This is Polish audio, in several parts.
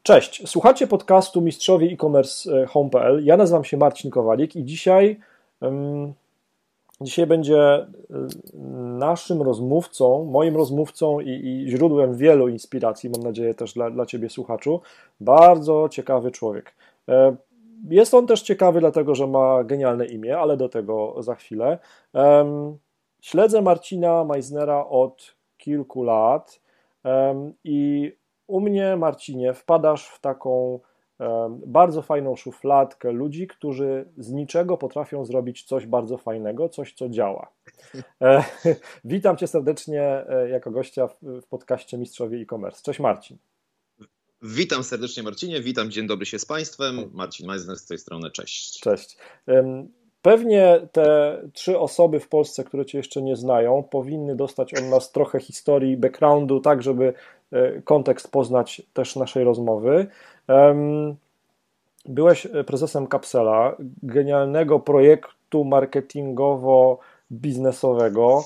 Cześć, słuchacie podcastu Mistrzowie e-commerce home.pl. Ja nazywam się Marcin Kowalik i dzisiaj będzie naszym rozmówcą, moim rozmówcą i źródłem wielu inspiracji, mam nadzieję też dla Ciebie, słuchaczu, bardzo ciekawy człowiek. Jest on też ciekawy dlatego, że ma genialne imię, ale do tego za chwilę. Śledzę Marcina Meissnera od kilku lat i u mnie, Marcinie, wpadasz w taką bardzo fajną szufladkę ludzi, którzy z niczego potrafią zrobić coś bardzo fajnego, coś, co działa. Witam Cię serdecznie jako gościa w podcaście Mistrzowie e-commerce. Cześć, Marcin. Witam serdecznie, Marcinie, witam, dzień dobry się z Państwem. Marcin Meissner z tej strony, cześć. Cześć. Pewnie te 3 osoby w Polsce, które Cię jeszcze nie znają, powinny dostać od nas trochę historii, backgroundu, tak żeby kontekst poznać też naszej rozmowy. Byłeś prezesem Capsela, genialnego projektu marketingowo-biznesowego,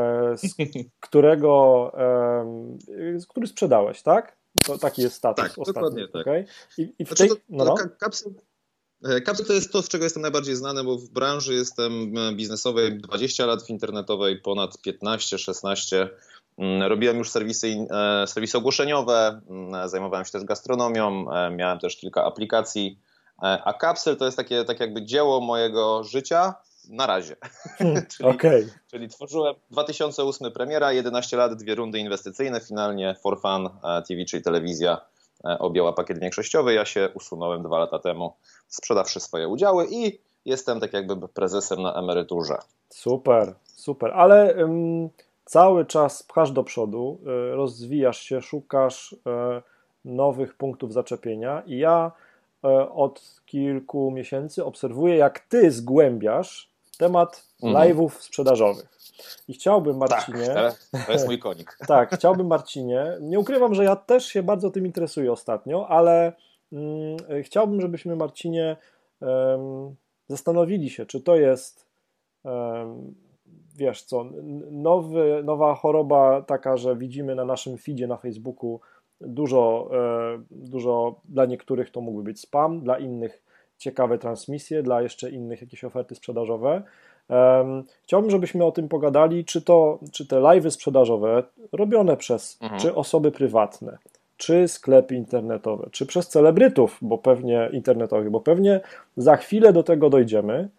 który sprzedałeś, tak? To taki jest status tak, ostatni. Dokładnie tak. Okay? I w tej... Capsel to jest to, z czego jestem najbardziej znany, bo w branży jestem biznesowej 20 lat, w internetowej ponad 15-16. Robiłem już serwisy ogłoszeniowe, zajmowałem się też gastronomią, miałem też kilka aplikacji, a Capsel to jest takie jakby dzieło mojego życia na razie. Czyli tworzyłem 2008 premiera, 11 lat, 2 rundy inwestycyjne, finalnie For Fun TV, czyli telewizja, objęła pakiet większościowy. Ja się usunąłem 2 lata temu, sprzedawszy swoje udziały i jestem tak jakby prezesem na emeryturze. Super, ale cały czas pchasz do przodu, rozwijasz się, szukasz nowych punktów zaczepienia i ja od kilku miesięcy obserwuję, jak ty zgłębiasz temat live'ów sprzedażowych. I chciałbym, Marcinie... Tak, to jest mój konik. Tak, chciałbym, Marcinie, nie ukrywam, że ja też się bardzo tym interesuję ostatnio, ale chciałbym, żebyśmy, Marcinie, zastanowili się, czy to jest, wiesz co, nowa choroba taka, że widzimy na naszym feedzie na Facebooku dużo dla niektórych to mógłby być spam, dla innych ciekawe transmisje, dla jeszcze innych jakieś oferty sprzedażowe. Chciałbym, żebyśmy o tym pogadali, czy te live'y sprzedażowe robione przez czy osoby prywatne, czy sklepy internetowe, czy przez celebrytów, internetowych, bo pewnie za chwilę do tego dojdziemy.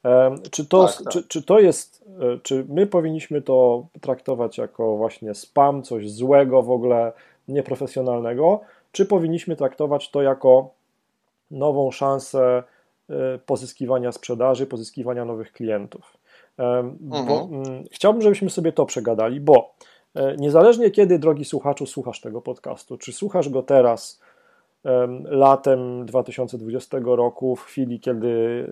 Czy my powinniśmy to traktować jako właśnie spam, coś złego, w ogóle nieprofesjonalnego, czy powinniśmy traktować to jako nową szansę pozyskiwania sprzedaży, pozyskiwania nowych klientów. Chciałbym, żebyśmy sobie to przegadali, bo niezależnie kiedy, drogi słuchaczu, słuchasz tego podcastu, czy słuchasz go teraz, latem 2020 roku, w chwili, kiedy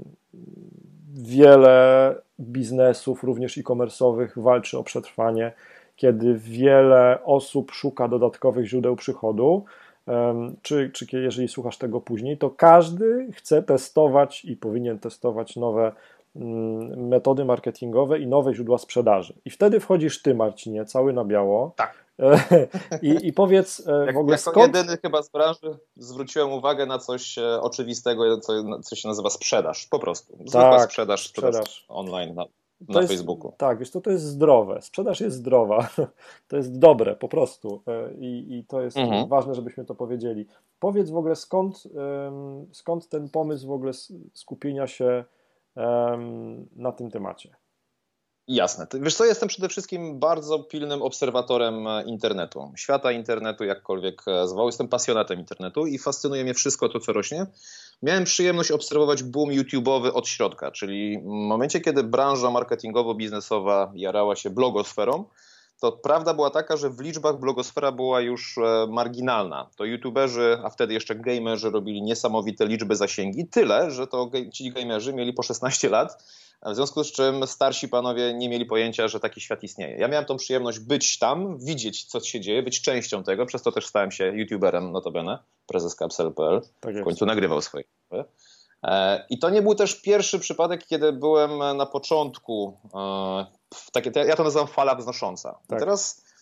wiele biznesów, również e-commerce'owych, walczy o przetrwanie, kiedy wiele osób szuka dodatkowych źródeł przychodu, czy jeżeli słuchasz tego później, to każdy chce testować i powinien testować nowe metody marketingowe i nowe źródła sprzedaży. I wtedy wchodzisz ty, Marcinie, cały na biało. Tak. I powiedz w ogóle skąd... Jako jedyny chyba z branży zwróciłem uwagę na coś oczywistego, co się nazywa sprzedaż. Po prostu. Zwykła sprzedaż online na Facebooku. Tak, wiesz, to jest zdrowe. Sprzedaż jest zdrowa. To jest dobre po prostu. I to jest ważne, żebyśmy to powiedzieli. Powiedz w ogóle, skąd ten pomysł w ogóle skupienia się na tym temacie? Jasne. Wiesz co, jestem przede wszystkim bardzo pilnym obserwatorem internetu, świata internetu, jakkolwiek zwał. Jestem pasjonatem internetu i fascynuje mnie wszystko to, co rośnie. Miałem przyjemność obserwować boom YouTube'owy od środka, czyli w momencie, kiedy branża marketingowo-biznesowa jarała się blogosferą, to prawda była taka, że w liczbach blogosfera była już marginalna. To youtuberzy, a wtedy jeszcze gamerzy robili niesamowite liczby zasięgi, tyle, że to ci gamerzy mieli po 16 lat, w związku z czym starsi panowie nie mieli pojęcia, że taki świat istnieje. Ja miałem tą przyjemność być tam, widzieć, co się dzieje, być częścią tego, przez to też stałem się youtuberem, notabene, prezes Capsel.pl, w końcu nagrywał swoje. I to nie był też pierwszy przypadek, kiedy byłem na początku, ja to nazywam fala wznosząca. Tak. Teraz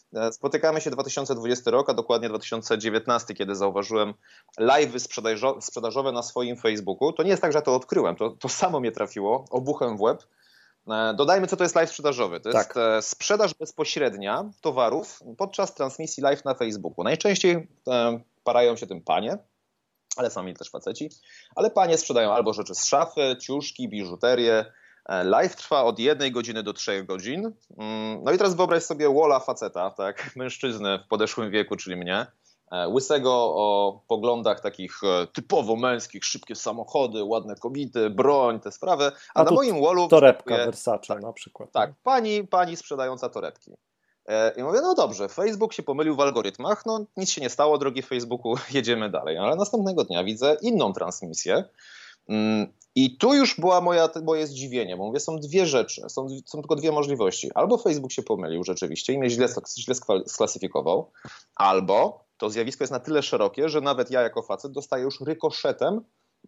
Spotykamy się 2020 rok, a dokładnie 2019, kiedy zauważyłem live'y sprzedażowe na swoim Facebooku. To nie jest tak, że ja to odkryłem, to samo mnie trafiło obuchem w łeb. Dodajmy, co to jest live sprzedażowy. To jest sprzedaż bezpośrednia towarów podczas transmisji live na Facebooku. Najczęściej parają się tym panie, ale sami też faceci. Ale panie sprzedają albo rzeczy z szafy, ciuszki, biżuterię. Live trwa od 1 godziny do 3 godzin. No i teraz wyobraź sobie walla faceta, tak, mężczyznę w podeszłym wieku, czyli mnie, łysego o poglądach takich typowo męskich, szybkie samochody, ładne kobiety, broń, te sprawy. A na moim wallu torebka Versace na przykład. Tak, pani sprzedająca torebki. I mówię, no dobrze, Facebook się pomylił w algorytmach, no nic się nie stało, drogi Facebooku, jedziemy dalej. Ale następnego dnia widzę inną transmisję. I tu już było moje zdziwienie, bo mówię, są dwie rzeczy, są tylko dwie możliwości. Albo Facebook się pomylił rzeczywiście i mnie źle sklasyfikował, albo to zjawisko jest na tyle szerokie, że nawet ja jako facet dostaję już rykoszetem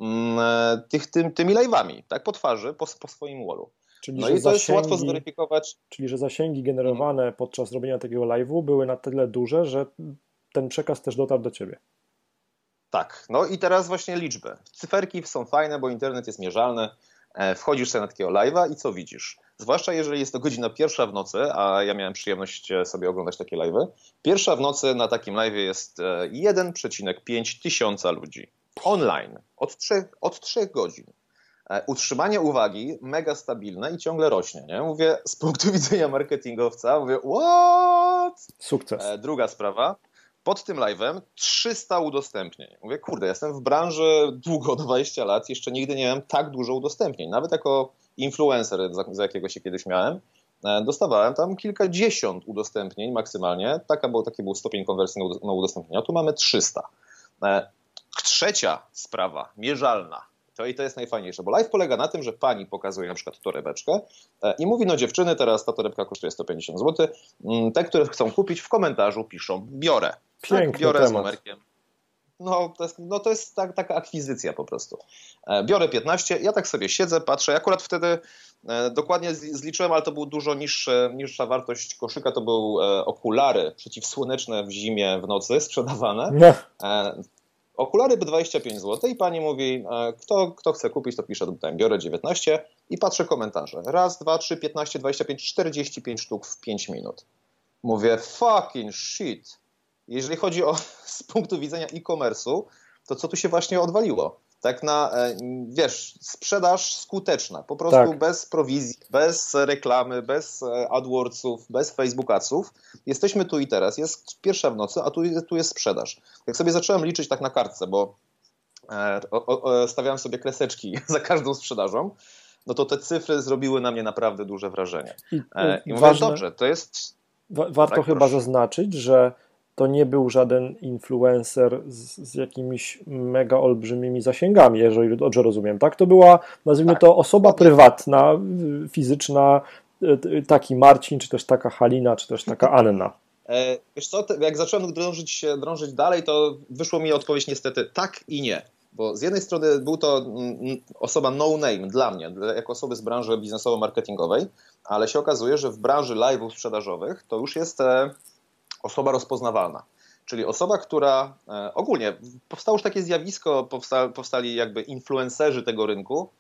tymi live'ami, tak, po twarzy, po swoim wallu. Czyli, no i to jest łatwo zweryfikować. Czyli, że zasięgi generowane podczas robienia takiego live'u były na tyle duże, że ten przekaz też dotarł do ciebie. Tak, no i teraz właśnie liczby. Cyferki są fajne, bo internet jest mierzalny. Wchodzisz sobie na takiego live'a i co widzisz? Zwłaszcza jeżeli jest to godzina 1 w nocy, a ja miałem przyjemność sobie oglądać takie live'y. 1 w nocy na takim live'ie jest 1,5 tysiąca ludzi. Online. Od 3 godzin. Utrzymanie uwagi mega stabilne i ciągle rośnie. Nie? Mówię, z punktu widzenia marketingowca, mówię, what? Sukces. Druga sprawa. Pod tym live'em 300 udostępnień. Mówię, kurde, jestem w branży długo, 20 lat, jeszcze nigdy nie miałem tak dużo udostępnień. Nawet jako influencer, za jakiego się kiedyś miałem, dostawałem tam kilkadziesiąt udostępnień maksymalnie. Taki był stopień konwersji na udostępnienia. Tu mamy 300. Trzecia sprawa, mierzalna. I to jest najfajniejsze, bo live polega na tym, że pani pokazuje na przykład torebeczkę i mówi, no dziewczyny, teraz ta torebka kosztuje 150 zł. Te, które chcą kupić, w komentarzu piszą, biorę. Piękny tak, biorę temat. Z numerkiem. To jest taka akwizycja po prostu. Biorę 15, ja tak sobie siedzę, patrzę. Akurat wtedy dokładnie zliczyłem, ale to był dużo niższa wartość koszyka. To były okulary przeciwsłoneczne w zimie, w nocy sprzedawane. Nie. Okulary by 25 zł i pani mówi, kto chce kupić, to pisze tutaj, biorę 19 i patrzę komentarze. 1, 2, 3, 15, 25, 45 sztuk w 5 minut. Mówię, fucking shit. Jeżeli chodzi z punktu widzenia e-commerce'u, to co tu się właśnie odwaliło? Tak sprzedaż skuteczna, po prostu tak. Bez prowizji, bez reklamy, bez AdWordsów, bez Facebook Adsów. Jesteśmy tu i teraz, jest 1 w nocy, a tu jest sprzedaż. Jak sobie zacząłem liczyć tak na kartce, bo stawiałem sobie kreseczki za każdą sprzedażą, no to te cyfry zrobiły na mnie naprawdę duże wrażenie. I mówię, dobrze, to jest... Warto tak, chyba zaznaczyć, że to nie był żaden influencer z jakimiś mega olbrzymimi zasięgami, jeżeli dobrze rozumiem, tak? To była, nazwijmy to, osoba prywatna, fizyczna, taki Marcin, czy też taka Halina, czy też taka Anna. Wiesz co, jak zacząłem drążyć dalej, to wyszło mi odpowiedź niestety tak i nie. Bo z jednej strony był to osoba no name dla mnie, jako osoby z branży biznesowo-marketingowej, ale się okazuje, że w branży live'ów sprzedażowych to już jest osoba rozpoznawalna. Czyli osoba, która ogólnie powstało już takie zjawisko, powstali jakby influencerzy tego rynku,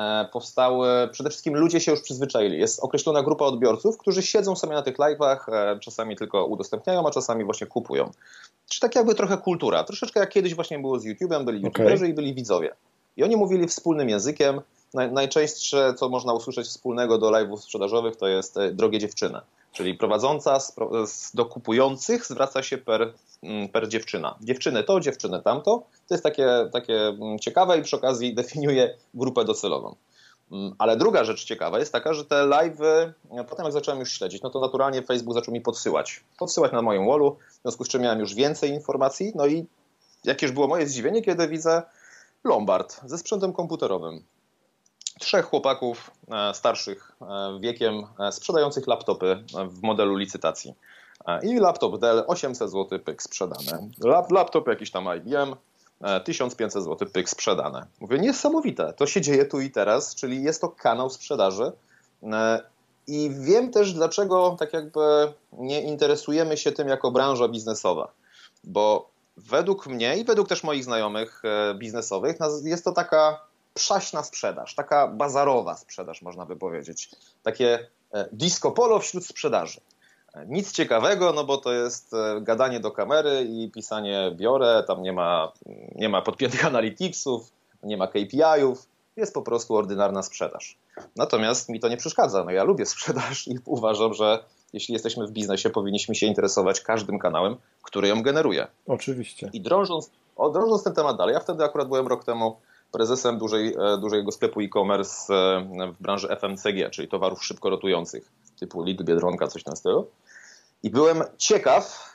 przede wszystkim ludzie się już przyzwyczaili. Jest określona grupa odbiorców, którzy siedzą sobie na tych live'ach, czasami tylko udostępniają, a czasami właśnie kupują. Czyli tak jakby trochę kultura. Troszeczkę jak kiedyś właśnie było z YouTube'em, byli YouTuberzy i byli widzowie. I oni mówili wspólnym językiem. Najczęstsze, co można usłyszeć wspólnego do live'ów sprzedażowych, to jest drogie dziewczyny. Czyli prowadząca do kupujących zwraca się per dziewczyna. Dziewczyny to, dziewczyny tamto. To jest takie ciekawe i przy okazji definiuje grupę docelową. Ale druga rzecz ciekawa jest taka, że te live'y, potem jak zacząłem już śledzić, no to naturalnie Facebook zaczął mi podsyłać na moim wallu, w związku z czym miałem już więcej informacji. No i jakież było moje zdziwienie, kiedy widzę Lombard ze sprzętem komputerowym. 3 chłopaków starszych wiekiem sprzedających laptopy w modelu licytacji. I laptop Dell 800 zł pyk sprzedane. Laptop jakiś tam IBM 1500 zł pyk sprzedane. Mówię, niesamowite, to się dzieje tu i teraz, czyli jest to kanał sprzedaży I wiem też, dlaczego tak jakby nie interesujemy się tym jako branża biznesowa. Bo według mnie i według też moich znajomych biznesowych jest to taka przaśna sprzedaż, taka bazarowa sprzedaż, można by powiedzieć. Takie disco polo wśród sprzedaży. Nic ciekawego, no bo to jest gadanie do kamery i pisanie biorę, tam nie ma podpiętych analyticsów, nie ma KPI-ów, jest po prostu ordynarna sprzedaż. Natomiast mi to nie przeszkadza, no ja lubię sprzedaż i uważam, że jeśli jesteśmy w biznesie, powinniśmy się interesować każdym kanałem, który ją generuje. Oczywiście. I drążąc ten temat dalej, ja wtedy akurat byłem rok temu prezesem dużego sklepu e-commerce w branży FMCG, czyli towarów szybko rotujących, typu Lidl, Biedronka, coś w tym stylu. I byłem ciekaw,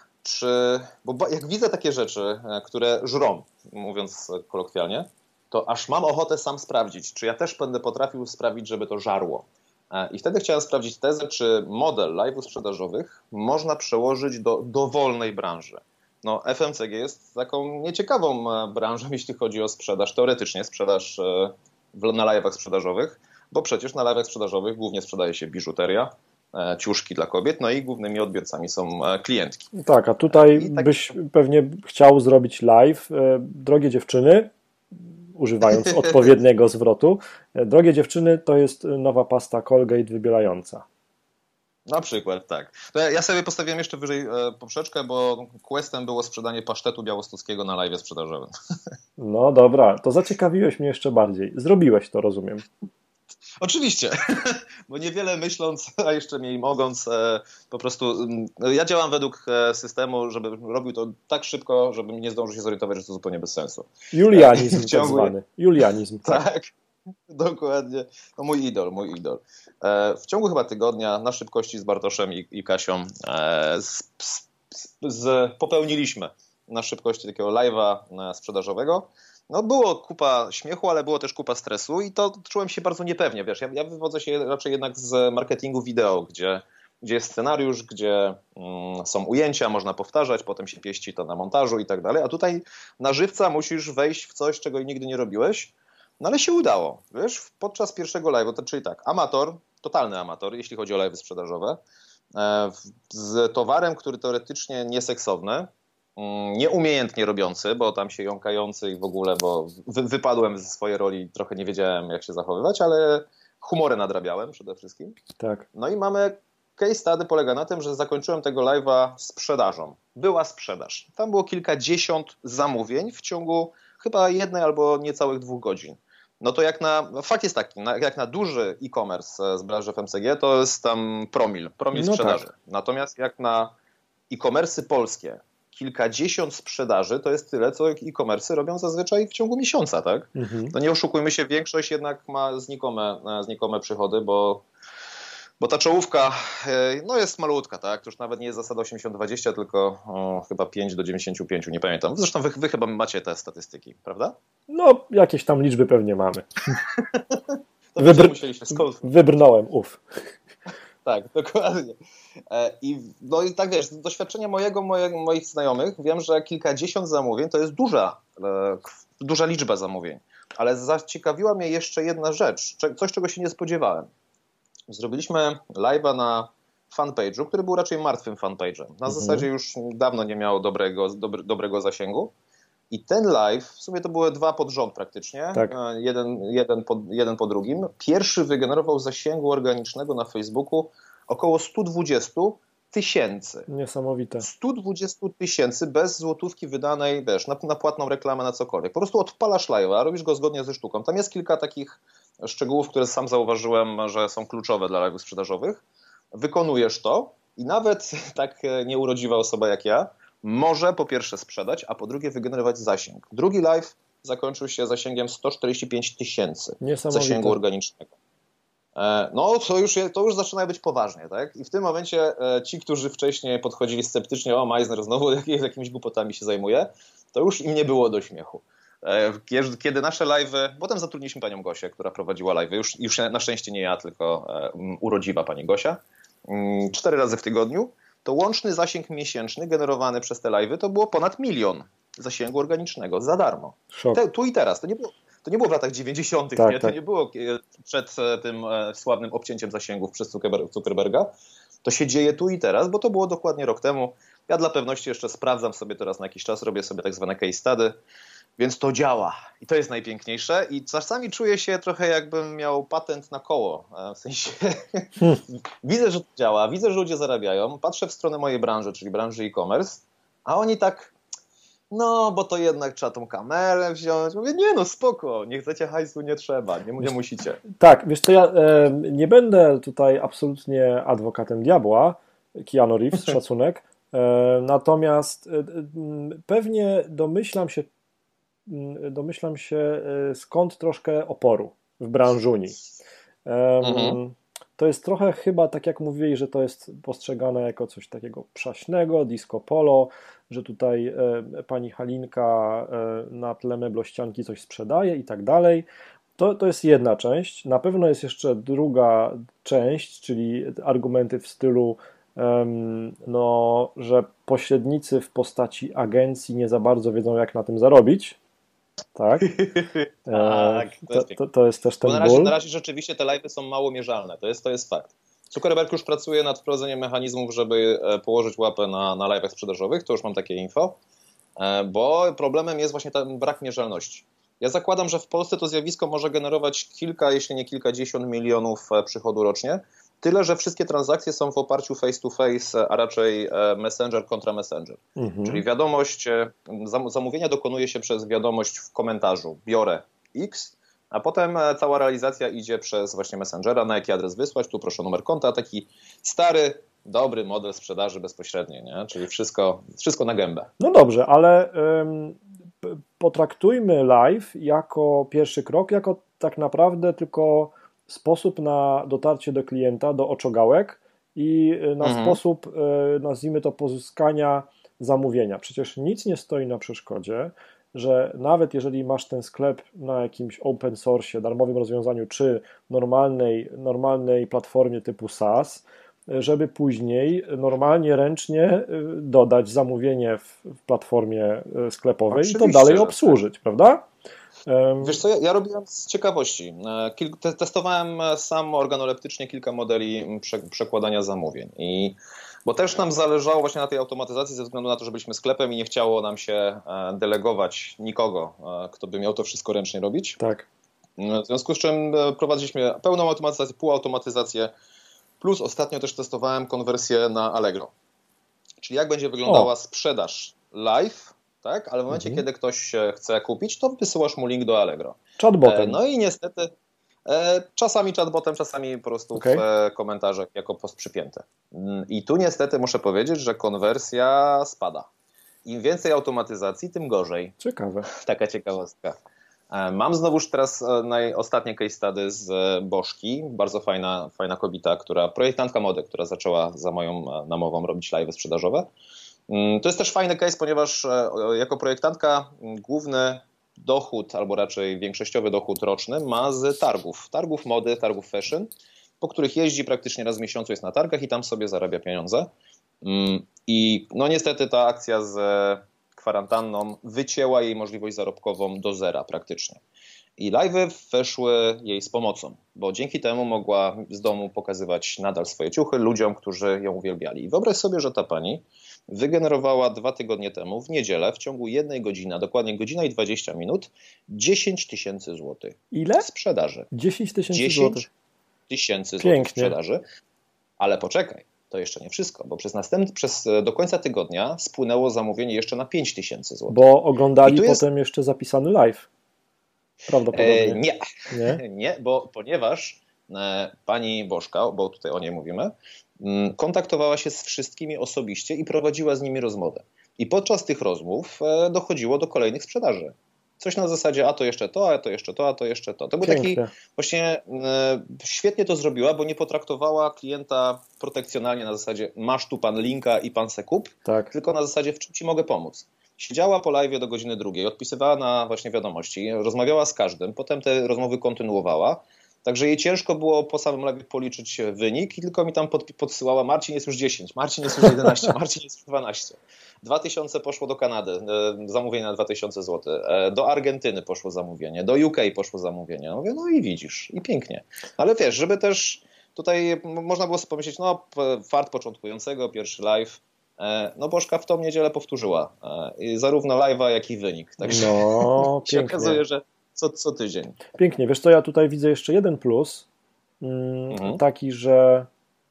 bo jak widzę takie rzeczy, które żrą, mówiąc kolokwialnie, to aż mam ochotę sam sprawdzić, czy ja też będę potrafił sprawić, żeby to żarło. I wtedy chciałem sprawdzić tezę, czy model live'ów sprzedażowych można przełożyć do dowolnej branży. No, FMCG jest taką nieciekawą branżą, jeśli chodzi o sprzedaż, teoretycznie sprzedaż na live'ach sprzedażowych, bo przecież na live'ach sprzedażowych głównie sprzedaje się biżuteria, ciuszki dla kobiet, no i głównymi odbiorcami są klientki. Tak, a tutaj byś pewnie chciał zrobić live. Drogie dziewczyny, używając odpowiedniego zwrotu, drogie dziewczyny, to jest nowa pasta Colgate wybierająca. Na przykład, tak. To ja sobie postawiłem jeszcze wyżej poprzeczkę, bo questem było sprzedanie pasztetu białostockiego na live'ie sprzedażowym. No dobra, to zaciekawiłeś mnie jeszcze bardziej. Zrobiłeś to, rozumiem. Oczywiście, bo niewiele myśląc, a jeszcze mniej mogąc, po prostu ja działam według systemu, żeby robił to tak szybko, żebym nie zdążył się zorientować, że to zupełnie bez sensu. Julianizm tak zwany. Julianizm. Tak, dokładnie. No mój idol. W ciągu chyba tygodnia na szybkości z Bartoszem i Kasią popełniliśmy na szybkości takiego live'a sprzedażowego. No było kupa śmiechu, ale było też kupa stresu i to czułem się bardzo niepewnie, wiesz, ja wywodzę się raczej jednak z marketingu wideo, gdzie jest scenariusz, gdzie są ujęcia, można powtarzać, potem się pieści to na montażu i tak dalej, a tutaj na żywca musisz wejść w coś, czego nigdy nie robiłeś, no ale się udało, wiesz, podczas pierwszego live'u, czyli tak, totalny amator, jeśli chodzi o live'y sprzedażowe, z towarem, który teoretycznie nieseksowny, nieumiejętnie robiący, bo tam się jąkający i w ogóle, bo wypadłem ze swojej roli, trochę nie wiedziałem jak się zachowywać, ale humory nadrabiałem przede wszystkim. Tak. No i mamy case study polega na tym, że zakończyłem tego live'a sprzedażą. Była sprzedaż. Tam było kilkadziesiąt zamówień w ciągu chyba 1 albo niecałych 2 godzin. No to fakt jest taki, jak na duży e-commerce z branży FMCG, to jest tam promil sprzedaży. Tak. Natomiast jak na e-commerce'y polskie, kilkadziesiąt sprzedaży to jest tyle, co e-commerce'y robią zazwyczaj w ciągu miesiąca, tak? Mhm. To nie oszukujmy się, większość jednak ma znikome przychody, bo ta czołówka no jest malutka, tak? To już nawet nie jest zasada 80-20, tylko chyba 5 do 95, nie pamiętam. Zresztą wy chyba macie te statystyki, prawda? No, jakieś tam liczby pewnie mamy. Wybrnąłem, Tak, dokładnie. No i tak wiesz, z doświadczenia moich znajomych wiem, że kilkadziesiąt zamówień to jest duża liczba zamówień. Ale zaciekawiła mnie jeszcze jedna rzecz, coś czego się nie spodziewałem. Zrobiliśmy live'a na fanpage'u, który był raczej martwym fanpage'em. Na zasadzie już dawno nie miało dobrego zasięgu. I ten live, w sumie to były 2 pod rząd praktycznie, tak. jeden po drugim. Pierwszy wygenerował zasięgu organicznego na Facebooku około 120 tysięcy. Niesamowite. 120 tysięcy bez złotówki wydanej, wiesz, na płatną reklamę, na cokolwiek. Po prostu odpalasz live'a, robisz go zgodnie ze sztuką. Tam jest kilka takich szczegółów, które sam zauważyłem, że są kluczowe dla live'ów sprzedażowych. Wykonujesz to i nawet tak nieurodziwa osoba jak ja może po pierwsze sprzedać, a po drugie wygenerować zasięg. Drugi live zakończył się zasięgiem 145 tysięcy zasięgu organicznego. No to już zaczyna być poważnie, tak? I w tym momencie ci, którzy wcześniej podchodzili sceptycznie, o Meissner znowu jakimiś głupotami się zajmuje, to już im nie było do śmiechu. Kiedy nasze live'y, potem zatrudniliśmy panią Gosię, która prowadziła live'y, już na szczęście nie ja, tylko urodziwa pani Gosia, 4 razy w tygodniu, to łączny zasięg miesięczny generowany przez te live'y to było ponad 1 000 000 zasięgu organicznego za darmo. Tu i teraz. To nie było w latach 90., tak, nie? To tak. nie było przed tym sławnym obcięciem zasięgów przez Zuckerberga. To się dzieje tu i teraz, bo to było dokładnie rok temu. Ja dla pewności jeszcze sprawdzam sobie teraz na jakiś czas, robię sobie tak zwane case study, więc to działa. I to jest najpiękniejsze. I czasami czuję się trochę jakbym miał patent na koło. W sensie widzę, że to działa, widzę, że ludzie zarabiają, patrzę w stronę mojej branży, czyli branży e-commerce, a oni tak, no bo to jednak trzeba tą kamerę wziąć. Mówię, nie no spoko, nie chcecie hajsu, nie trzeba, nie musicie. Tak, wiesz co, ja nie będę tutaj absolutnie adwokatem diabła, Keanu Reeves, szacunek, natomiast pewnie domyślam się skąd troszkę oporu w branżuni. To jest trochę chyba, tak jak mówili, że to jest postrzegane jako coś takiego przaśnego, disco polo, że tutaj pani Halinka na tle meblościanki coś sprzedaje i tak dalej. To jest jedna część. Na pewno jest jeszcze druga część, czyli argumenty w stylu, no, że pośrednicy w postaci agencji nie za bardzo wiedzą, jak na tym zarobić. Tak, tak, to jest też ten ból. Na razie rzeczywiście te live'y są mało mierzalne, to jest fakt. Zuckerberg już pracuje nad wprowadzeniem mechanizmów, żeby położyć łapę na live'ach sprzedażowych, to już mam takie info, bo problemem jest właśnie ten brak mierzalności. Ja zakładam, że w Polsce to zjawisko może generować kilka, jeśli nie kilkadziesiąt milionów przychodu rocznie, tyle, że wszystkie transakcje są w oparciu face to face, a raczej messenger kontra messenger. Czyli wiadomość, zamówienia dokonuje się przez wiadomość w komentarzu, biorę X, a potem cała realizacja idzie przez właśnie messengera, na jaki adres wysłać, tu proszę numer konta, taki stary, dobry model sprzedaży bezpośredniej, nie? Czyli wszystko na gębę. No dobrze, ale potraktujmy live jako pierwszy krok, jako tak naprawdę tylko sposób na dotarcie do klienta, do oczogałek i na sposób, nazwijmy to, pozyskania zamówienia. Przecież nic nie stoi na przeszkodzie, że nawet jeżeli masz ten sklep na jakimś open source, darmowym rozwiązaniu, czy normalnej platformie typu SaaS, żeby później normalnie, ręcznie dodać zamówienie w platformie sklepowej. Oczywiście, i to dalej obsłużyć, tak. Prawda? Wiesz co, ja robiłem z ciekawości. Testowałem sam organoleptycznie kilka modeli przekładania zamówień. Bo też nam zależało właśnie na tej automatyzacji ze względu na to, że byliśmy sklepem i nie chciało nam się delegować nikogo, kto by miał to wszystko ręcznie robić. Tak. W związku z czym prowadziliśmy pełną automatyzację, półautomatyzację, plus ostatnio też testowałem konwersję na Allegro. Czyli jak będzie wyglądała sprzedaż live, tak? Ale w momencie, kiedy ktoś chce kupić, to wysyłasz mu link do Allegro. Chatbotem. No i niestety czasami chatbotem, czasami po prostu w komentarzach jako post przypięte. I tu niestety muszę powiedzieć, że konwersja spada. Im więcej automatyzacji, tym gorzej. Ciekawe. Taka ciekawostka. Mam znowuż teraz ostatnie case study z Bożki. Bardzo fajna kobieta, projektantka mody, która zaczęła za moją namową robić live'y sprzedażowe. To jest też fajny case, ponieważ jako projektantka główny dochód, albo raczej większościowy dochód roczny ma z targów mody, targów fashion, po których jeździ praktycznie raz w miesiącu, jest na targach i tam sobie zarabia pieniądze. I no niestety ta akcja z kwarantanną wycięła jej możliwość zarobkową do zera praktycznie. I live'y weszły jej z pomocą, bo dzięki temu mogła z domu pokazywać nadal swoje ciuchy ludziom, którzy ją uwielbiali. I wyobraź sobie, że ta pani wygenerowała 2 tygodnie temu, w niedzielę, w ciągu 1 godziny, dokładnie godzina i 20 minut, 10 tysięcy złotych. Ile? Sprzedaży. 10 tysięcy 10 złotych. Tysięcy złotych sprzedaży. Ale poczekaj, to jeszcze nie wszystko, bo do końca tygodnia spłynęło zamówienie jeszcze na 5 tysięcy złotych. Bo oglądali potem jeszcze zapisany live. Prawdopodobnie. Nie, ponieważ pani Bożka, bo tutaj o niej mówimy, kontaktowała się z wszystkimi osobiście i prowadziła z nimi rozmowę. I podczas tych rozmów dochodziło do kolejnych sprzedaży. Coś na zasadzie, a to jeszcze to, a to jeszcze to, a to jeszcze to. To był taki, właśnie świetnie to zrobiła, bo nie potraktowała klienta protekcjonalnie na zasadzie masz tu pan linka i pan se kup, tylko na zasadzie w czym ci mogę pomóc. Siedziała po live'ie do godziny 2, odpisywała na właśnie wiadomości, rozmawiała z każdym, potem te rozmowy kontynuowała Także jej ciężko było po samym live policzyć wynik i tylko mi tam podsyłała: Marcin, jest już 10, Marcin, jest już 11, Marcin, jest już 12. 2000 poszło do Kanady, zamówienie na 2000 zł. Do Argentyny poszło zamówienie, do UK poszło zamówienie. No mówię, no i widzisz, i pięknie. Ale wiesz, żeby też tutaj można było sobie pomyśleć, no fart początkującego, pierwszy live. No Bożka w tą niedzielę powtórzyła. Zarówno live'a, jak i wynik. Także No, się pięknie. okazuje, że co tydzień. Pięknie. Wiesz co, ja tutaj widzę jeszcze jeden plus, taki, że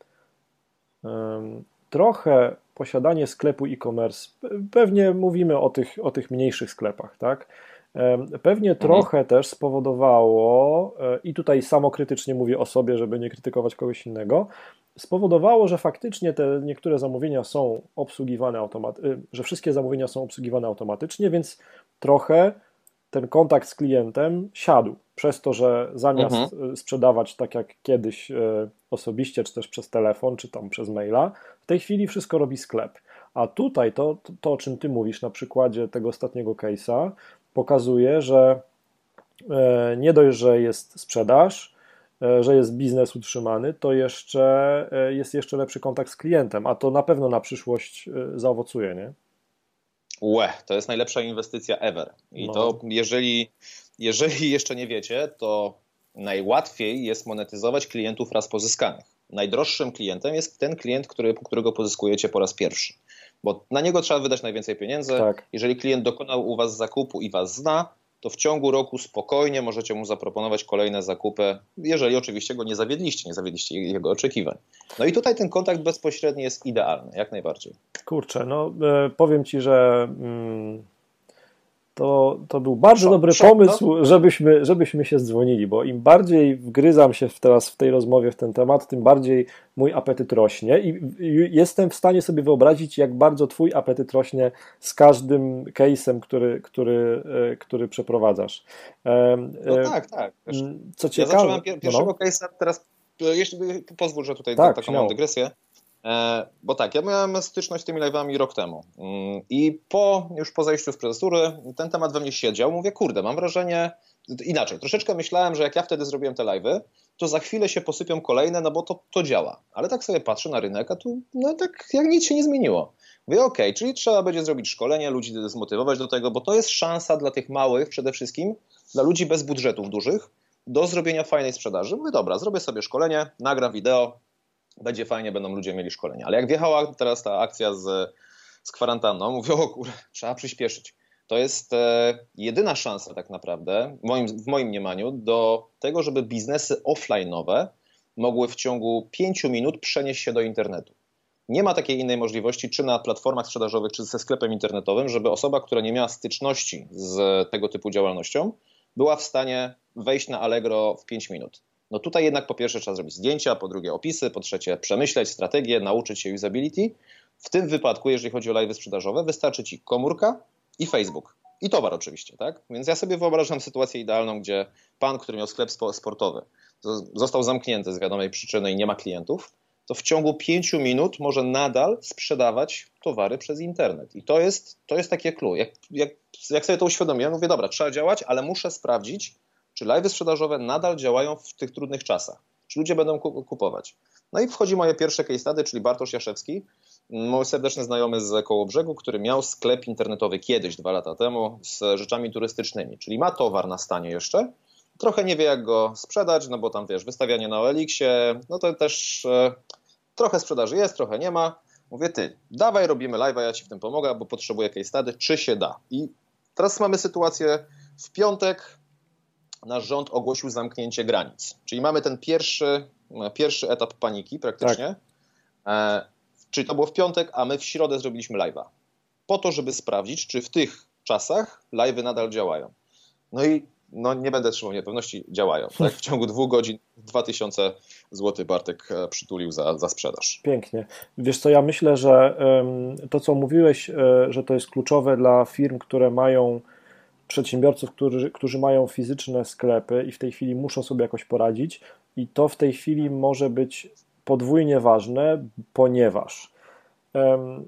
trochę posiadanie sklepu e-commerce, pewnie mówimy o tych mniejszych sklepach, tak? Pewnie trochę też spowodowało, i tutaj samokrytycznie mówię o sobie, żeby nie krytykować kogoś innego, spowodowało, że faktycznie te niektóre zamówienia są obsługiwane że wszystkie zamówienia są obsługiwane automatycznie, więc trochę ten kontakt z klientem siadł. Przez to, że zamiast sprzedawać tak jak kiedyś osobiście, czy też przez telefon, czy tam przez maila, w tej chwili wszystko robi sklep. A tutaj to o czym ty mówisz na przykładzie tego ostatniego case'a, pokazuje, że nie dość, że jest sprzedaż, że jest biznes utrzymany, to jest jeszcze lepszy kontakt z klientem, a to na pewno na przyszłość zaowocuje, nie? To jest najlepsza inwestycja ever. I No. to jeżeli jeszcze nie wiecie, to najłatwiej jest monetyzować klientów raz pozyskanych. Najdroższym klientem jest ten klient, którego pozyskujecie po raz pierwszy. Bo na niego trzeba wydać najwięcej pieniędzy. Tak. Jeżeli klient dokonał u was zakupu i was zna, to w ciągu roku spokojnie możecie mu zaproponować kolejne zakupy, jeżeli oczywiście go nie zawiedliście jego oczekiwań. No i tutaj ten kontakt bezpośredni jest idealny, jak najbardziej. Kurczę, no powiem ci, że to był bardzo dobry pomysł, żebyśmy się dzwonili, bo im bardziej wgryzam się teraz w tej rozmowie w ten temat, tym bardziej mój apetyt rośnie i jestem w stanie sobie wyobrazić, jak bardzo twój apetyt rośnie z każdym case'em, który przeprowadzasz. No tak. Co ciekawe, ja zacząłem pierwszego case'a teraz, jeśli pozwól, że tutaj taką mam dygresję. Bo tak, ja miałem styczność z tymi live'ami rok temu i już po zejściu z prezesury ten temat we mnie siedział. Mówię, kurde, mam wrażenie, inaczej, troszeczkę myślałem, że jak ja wtedy zrobiłem te live'y, to za chwilę się posypią kolejne, no bo to działa. Ale tak sobie patrzę na rynek, a tu no tak jak nic się nie zmieniło. Mówię, okej, czyli trzeba będzie zrobić szkolenie, ludzi zmotywować do tego, bo to jest szansa dla tych małych przede wszystkim, dla ludzi bez budżetów dużych, do zrobienia fajnej sprzedaży. Mówię, dobra, zrobię sobie szkolenie, nagram wideo, będzie fajnie, będą ludzie mieli szkolenia. Ale jak wjechała teraz ta akcja z kwarantanną, mówię, o kurde, trzeba przyspieszyć. To jest jedyna szansa tak naprawdę, w moim mniemaniu, do tego, żeby biznesy offline'owe mogły w ciągu 5 minut przenieść się do internetu. Nie ma takiej innej możliwości, czy na platformach sprzedażowych, czy ze sklepem internetowym, żeby osoba, która nie miała styczności z tego typu działalnością, była w stanie wejść na Allegro w 5 minut. No tutaj jednak po pierwsze trzeba zrobić zdjęcia, po drugie opisy, po trzecie przemyśleć strategię, nauczyć się usability. W tym wypadku, jeżeli chodzi o live'y sprzedażowe, wystarczy ci komórka i Facebook. I towar oczywiście, tak? Więc ja sobie wyobrażam sytuację idealną, gdzie pan, który miał sklep sportowy, został zamknięty z wiadomej przyczyny i nie ma klientów, to w ciągu 5 minut może nadal sprzedawać towary przez internet. I to jest takie clue. Jak sobie to uświadomiłem, mówię, dobra, trzeba działać, ale muszę sprawdzić, czy live'y sprzedażowe nadal działają w tych trudnych czasach. Czy ludzie będą kupować. No i wchodzi moje pierwsze case study, czyli Bartosz Jaszewski, mój serdeczny znajomy z Kołobrzegu, który miał sklep internetowy kiedyś, 2 lata temu, z rzeczami turystycznymi. Czyli ma towar na stanie jeszcze, trochę nie wie jak go sprzedać, no bo tam wiesz, wystawianie na OLX-ie, no to też trochę sprzedaży jest, trochę nie ma. Mówię, ty, dawaj robimy live'a, ja ci w tym pomogę, bo potrzebuję case study, czy się da. I teraz mamy sytuację w piątek, nasz rząd ogłosił zamknięcie granic. Czyli mamy ten pierwszy etap paniki praktycznie. Tak. Czyli to było w piątek, a my w środę zrobiliśmy live'a. Po to, żeby sprawdzić, czy w tych czasach live'y nadal działają. No i nie będę trzymał niepewności, działają. Tak? W ciągu 2 godzin 2000 zł Bartek przytulił za sprzedaż. Pięknie. Wiesz co, ja myślę, że to co mówiłeś, że to jest kluczowe dla firm, które mają przedsiębiorców, którzy mają fizyczne sklepy i w tej chwili muszą sobie jakoś poradzić i to w tej chwili może być podwójnie ważne, ponieważ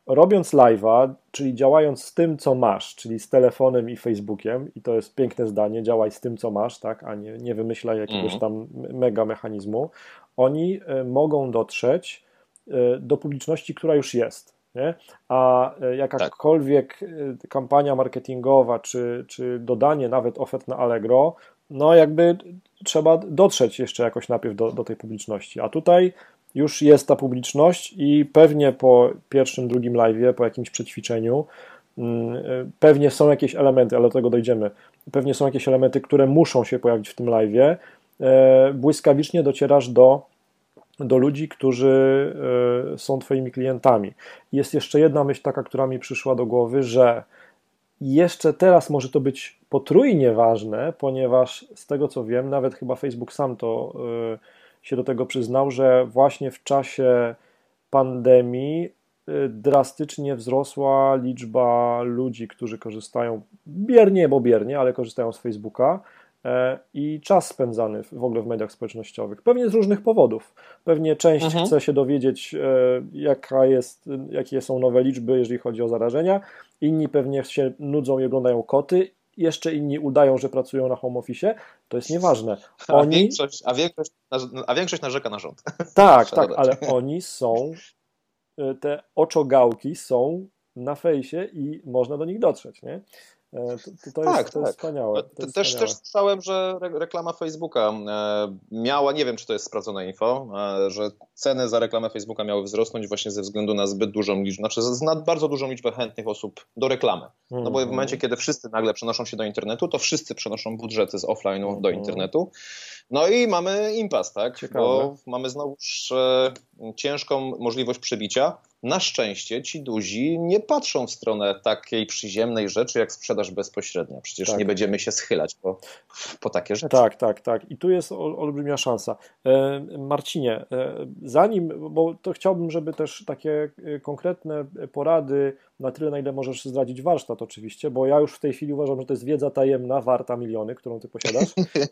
robiąc live'a, czyli działając z tym, co masz, czyli z telefonem i Facebookiem, i to jest piękne zdanie, działaj z tym, co masz, tak, a nie wymyślaj jakiegoś tam mega mechanizmu, oni mogą dotrzeć do publiczności, która już jest. Nie? A jakakolwiek kampania marketingowa, czy dodanie nawet ofert na Allegro, no jakby trzeba dotrzeć jeszcze jakoś najpierw do tej publiczności. A tutaj już jest ta publiczność i pewnie po pierwszym, drugim live'ie, po jakimś przećwiczeniu, pewnie są jakieś elementy, ale do tego dojdziemy, pewnie są jakieś elementy, które muszą się pojawić w tym live'ie. Błyskawicznie docierasz do ludzi, którzy są twoimi klientami. Jest jeszcze jedna myśl taka, która mi przyszła do głowy, że jeszcze teraz może to być potrójnie ważne, ponieważ z tego co wiem, nawet chyba Facebook sam to się do tego przyznał, że właśnie w czasie pandemii drastycznie wzrosła liczba ludzi, którzy korzystają biernie, ale korzystają z Facebooka i czas spędzany w ogóle w mediach społecznościowych. Pewnie z różnych powodów. Pewnie część chce się dowiedzieć, jakie są nowe liczby, jeżeli chodzi o zarażenia. Inni pewnie się nudzą i oglądają koty. Jeszcze inni udają, że pracują na home office. To jest nieważne. A większość narzeka na rząd. Tak, ale oni są, te oczogałki są na fejsie i można do nich dotrzeć, nie? To jest wspaniałe. Też słyszałem, że reklama Facebooka miała, nie wiem czy to jest sprawdzone info, że ceny za reklamę Facebooka miały wzrosnąć właśnie ze względu na zbyt dużą liczbę, bardzo dużą liczbę chętnych osób do reklamy. No bo w momencie, kiedy wszyscy nagle przenoszą się do internetu, to wszyscy przenoszą budżety z offline'u do internetu. No i mamy impas, tak? Ciekawe. Bo mamy znowuż ciężką możliwość przebicia. Na szczęście ci duzi nie patrzą w stronę takiej przyziemnej rzeczy jak sprzedaż bezpośrednia. Przecież nie będziemy się schylać po takie rzeczy. Tak. I tu jest olbrzymia szansa. Marcinie, bo to chciałbym, żeby też takie konkretne porady, na tyle na ile możesz zdradzić warsztat oczywiście, bo ja już w tej chwili uważam, że to jest wiedza tajemna, warta miliony, którą ty posiadasz.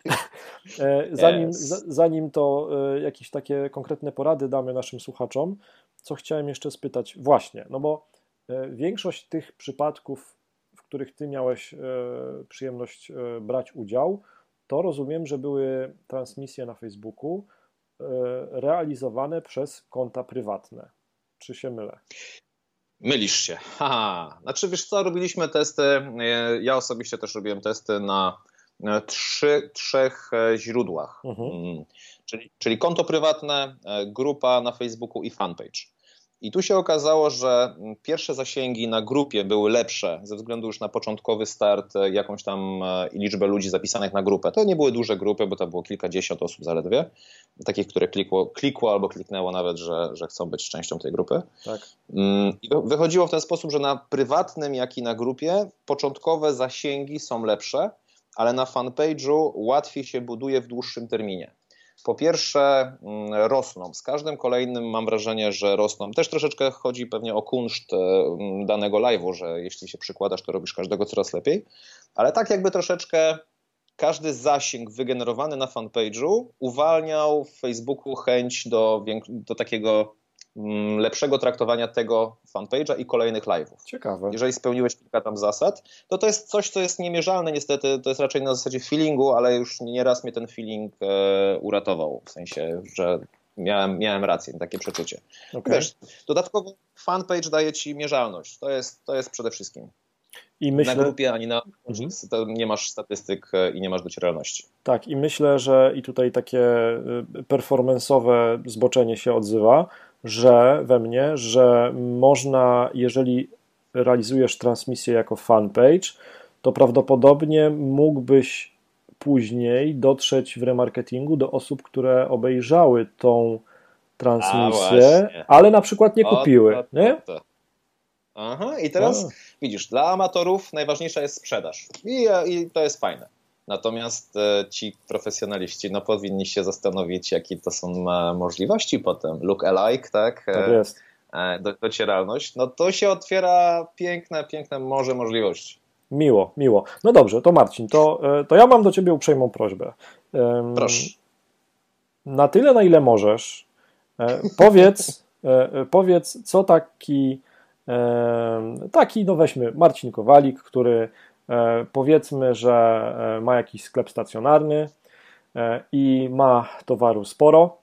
Zanim to jakieś takie konkretne porady damy naszym słuchaczom, co chciałem jeszcze spytać, właśnie, no bo większość tych przypadków, w których ty miałeś przyjemność brać udział, to rozumiem, że były transmisje na Facebooku realizowane przez konta prywatne. Czy się mylę? Mylisz się. Znaczy wiesz co, robiliśmy testy, ja osobiście też robiłem testy na trzech źródłach. Czyli konto prywatne, grupa na Facebooku i fanpage. I tu się okazało, że pierwsze zasięgi na grupie były lepsze ze względu już na początkowy start, jakąś tam liczbę ludzi zapisanych na grupę. To nie były duże grupy, bo to było kilkadziesiąt osób zaledwie, takich, które klikło albo kliknęło nawet, że chcą być częścią tej grupy. Tak. I wychodziło w ten sposób, że na prywatnym, jak i na grupie początkowe zasięgi są lepsze, ale na fanpage'u łatwiej się buduje w dłuższym terminie. Po pierwsze rosną. Z każdym kolejnym mam wrażenie, że rosną. Też troszeczkę chodzi pewnie o kunszt danego live'u, że jeśli się przykładasz, to robisz każdego coraz lepiej. Ale tak jakby troszeczkę każdy zasięg wygenerowany na fanpage'u uwalniał w Facebooku chęć do takiego lepszego traktowania tego fanpage'a i kolejnych live'ów. Ciekawe. Jeżeli spełniłeś kilka tam zasad, to jest coś, co jest niemierzalne niestety, to jest raczej na zasadzie feelingu, ale już nieraz mnie ten feeling uratował, w sensie, że miałem rację, takie przeczucie. Okay. Wiesz, dodatkowo fanpage daje ci mierzalność, to jest przede wszystkim. I myślę, na grupie ani na nie masz statystyk i nie masz docieralności. Tak, i myślę, że i tutaj takie performance'owe zboczenie się odzywa, we mnie, że można, jeżeli realizujesz transmisję jako fanpage, to prawdopodobnie mógłbyś później dotrzeć w remarketingu do osób, które obejrzały tą transmisję, ale na przykład nie kupiły. Nie? Aha, i teraz widzisz, dla amatorów najważniejsza jest sprzedaż i to jest fajne. Natomiast ci profesjonaliści powinni się zastanowić, jakie to są możliwości potem. Look-alike, tak? Tak jest. Docieralność. To się otwiera piękne morze możliwości. Miło. No dobrze, to Marcin, to ja mam do ciebie uprzejmą prośbę. Proszę. Na tyle, na ile możesz, powiedz, co taki Taki, no weźmy Marcin Kowalik, który powiedzmy, że ma jakiś sklep stacjonarny i ma towaru sporo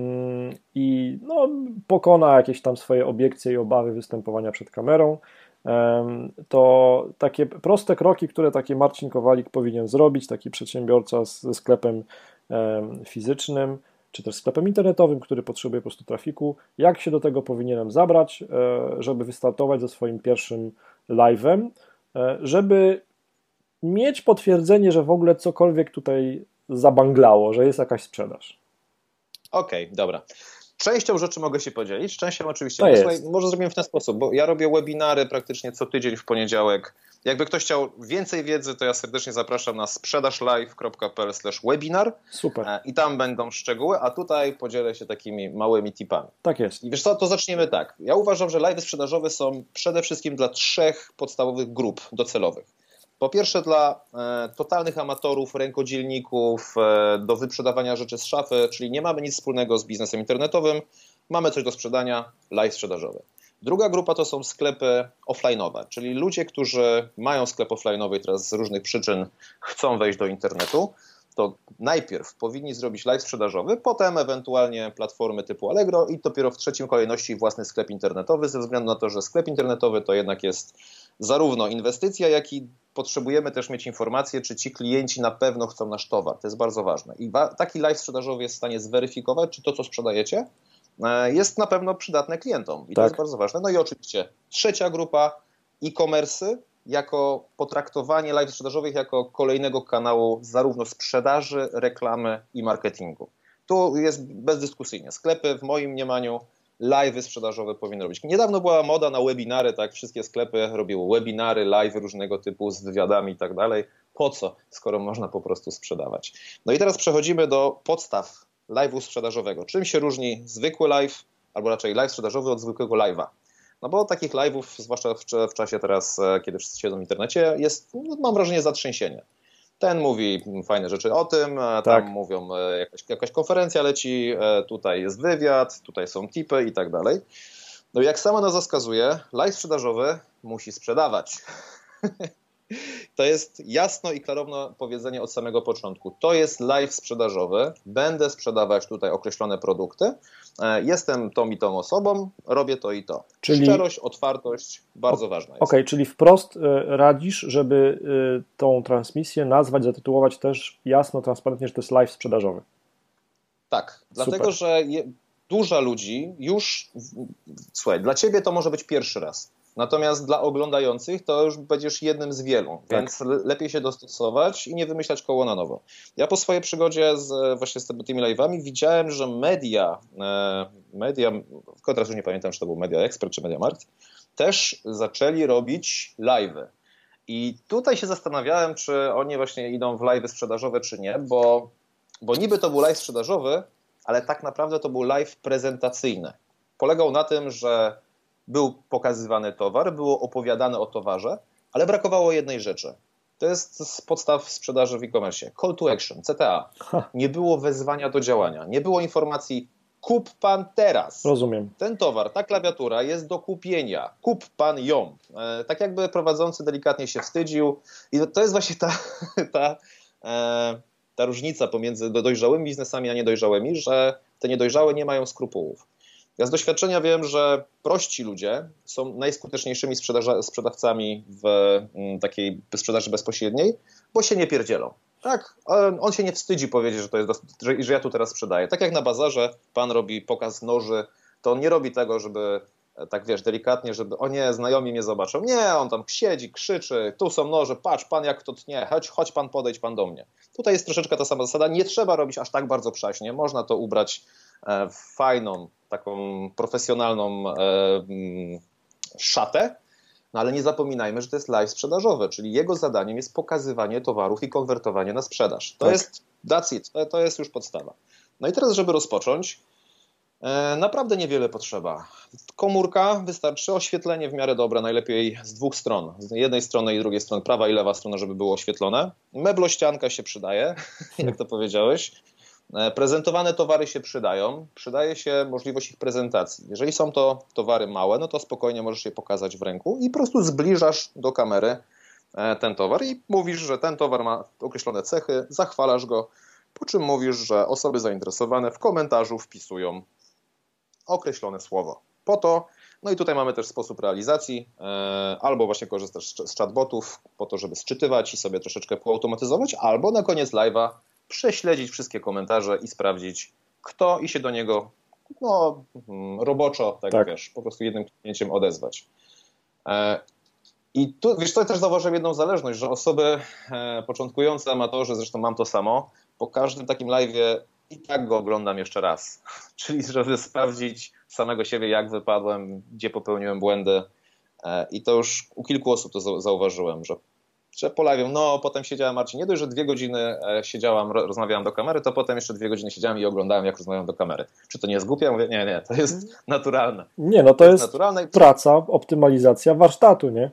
i no, pokona jakieś tam swoje obiekcje i obawy występowania przed kamerą, to takie proste kroki, które taki Marcin Kowalik powinien zrobić, taki przedsiębiorca ze sklepem fizycznym, czy też sklepem internetowym, który potrzebuje po prostu trafiku, jak się do tego powinienem zabrać, żeby wystartować ze swoim pierwszym live'em, żeby mieć potwierdzenie, że w ogóle cokolwiek tutaj zabanglało, że jest jakaś sprzedaż. Okej, dobra. Częścią rzeczy mogę się podzielić, częścią oczywiście To nie. jest. Słuchaj, może zrobimy w ten sposób, bo ja robię webinary praktycznie co tydzień w poniedziałek. Jakby ktoś chciał więcej wiedzy, to ja serdecznie zapraszam na sprzedażlive.pl/webinar. Super. I tam będą szczegóły, a tutaj podzielę się takimi małymi tipami. Tak jest. I wiesz co, to zaczniemy tak. Ja uważam, że live'y sprzedażowe są przede wszystkim dla 3 podstawowych grup docelowych. Po pierwsze dla totalnych amatorów, rękodzielników, do wyprzedawania rzeczy z szafy, czyli nie mamy nic wspólnego z biznesem internetowym, mamy coś do sprzedania, live sprzedażowy. Druga grupa to są sklepy offline'owe, czyli ludzie, którzy mają sklep offline'owy i teraz z różnych przyczyn chcą wejść do internetu, to najpierw powinni zrobić live sprzedażowy, potem ewentualnie platformy typu Allegro i dopiero w trzecim kolejności własny sklep internetowy, ze względu na to, że sklep internetowy to jednak jest zarówno inwestycja, jak i potrzebujemy też mieć informację, czy ci klienci na pewno chcą nasz towar. To jest bardzo ważne. I taki live sprzedażowy jest w stanie zweryfikować, czy to, co sprzedajecie, jest na pewno przydatne klientom. I to jest bardzo ważne. No i oczywiście trzecia grupa e-commerce jako potraktowanie live sprzedażowych jako kolejnego kanału zarówno sprzedaży, reklamy i marketingu. Tu jest bezdyskusyjnie. Sklepy w moim mniemaniu live'y sprzedażowe powinny robić. Niedawno była moda na webinary, tak, wszystkie sklepy robiły webinary, live'y różnego typu z wywiadami i tak dalej. Po co, skoro można po prostu sprzedawać? No i teraz przechodzimy do podstaw live'u sprzedażowego. Czym się różni zwykły live, albo raczej live sprzedażowy od zwykłego live'a? No bo takich live'ów, zwłaszcza w czasie teraz, kiedy wszyscy siedzą w internecie, jest, mam wrażenie, zatrzęsienie. Ten mówi fajne rzeczy o tym, tam mówią, jakaś konferencja leci, tutaj jest wywiad, tutaj są tipy i tak dalej. No i jak sama nazwa wskazuje, live sprzedażowy musi sprzedawać. To jest jasno i klarowne powiedzenie od samego początku. To jest live sprzedażowy, będę sprzedawać tutaj określone produkty, jestem tą i tą osobą, robię to i to. Czyli szczerość, otwartość, bardzo ważna jest. Okej, czyli wprost radzisz, żeby tą transmisję nazwać, zatytułować też jasno, transparentnie, że to jest live sprzedażowy. Tak, dlatego że dużo ludzi już, słuchaj, dla ciebie to może być pierwszy raz. Natomiast dla oglądających to już będziesz jednym z wielu, więc lepiej się dostosować i nie wymyślać koło na nowo. Ja po swojej przygodzie właśnie z tymi live'ami widziałem, że media, teraz już nie pamiętam, czy to był Media Expert czy MediaMarkt, też zaczęli robić live'y. I tutaj się zastanawiałem, czy oni właśnie idą w live'y sprzedażowe, czy nie, bo niby to był live sprzedażowy, ale tak naprawdę to był live prezentacyjny. Polegał na tym, że był pokazywany towar, było opowiadane o towarze, ale brakowało jednej rzeczy. To jest z podstaw sprzedaży w e-commerce. Call to action, CTA. Nie było wezwania do działania. Nie było informacji, kup pan teraz. Rozumiem. Ten towar, ta klawiatura jest do kupienia. Kup pan ją. Tak jakby prowadzący delikatnie się wstydził. I to jest właśnie ta różnica pomiędzy dojrzałymi biznesami a niedojrzałymi, że te niedojrzałe nie mają skrupułów. Ja z doświadczenia wiem, że prości ludzie są najskuteczniejszymi sprzedawcami w takiej sprzedaży bezpośredniej, bo się nie pierdzielą. Tak, on się nie wstydzi powiedzieć, że ja tu teraz sprzedaję. Tak jak na bazarze pan robi pokaz noży, to on nie robi tego, żeby tak wiesz, delikatnie, żeby o nie, znajomi mnie zobaczą. Nie, on tam siedzi, krzyczy, tu są noże, patrz pan jak to tnie, chodź pan, podejdź pan do mnie. Tutaj jest troszeczkę ta sama zasada, nie trzeba robić aż tak bardzo przaśnie, można to ubrać w fajną, taką profesjonalną szatę, no ale nie zapominajmy, że to jest live sprzedażowy, czyli jego zadaniem jest pokazywanie towarów i konwertowanie na sprzedaż. To jest, that's it, to jest już podstawa. No i teraz, żeby rozpocząć, naprawdę niewiele potrzeba. Komórka wystarczy, oświetlenie w miarę dobre, najlepiej z dwóch stron. Z jednej strony i drugiej strony, prawa i lewa strona, żeby było oświetlone. Meblościanka się przydaje, jak to powiedziałeś. Prezentowane towary się przydają, przydaje się możliwość ich prezentacji. Jeżeli są to towary małe, no to spokojnie możesz je pokazać w ręku i po prostu zbliżasz do kamery ten towar i mówisz, że ten towar ma określone cechy, zachwalasz go, po czym mówisz, że osoby zainteresowane w komentarzu wpisują określone słowo. Po to, no i tutaj mamy też sposób realizacji, albo właśnie korzystasz z chatbotów po to, żeby sczytywać i sobie troszeczkę poautomatyzować, albo na koniec live'a prześledzić wszystkie komentarze i sprawdzić, kto i się do niego roboczo, tak wiesz, po prostu jednym kliknięciem odezwać. I tu, wiesz, to też zauważyłem jedną zależność, że osoby początkujące, amatorzy, zresztą mam to samo, po każdym takim live'ie i tak go oglądam jeszcze raz. Czyli żeby sprawdzić samego siebie, jak wypadłem, gdzie popełniłem błędy. I to już u kilku osób to zauważyłem, że po live'ie, potem siedziałem, Marcin, nie dość, że 2 godziny siedziałam, rozmawiałam do kamery, to potem jeszcze 2 godziny siedziałem i oglądałem, jak rozmawiam do kamery. Czy to nie jest głupie? Mówię, nie, to jest naturalne. Nie, to jest naturalne. Praca, optymalizacja warsztatu, nie?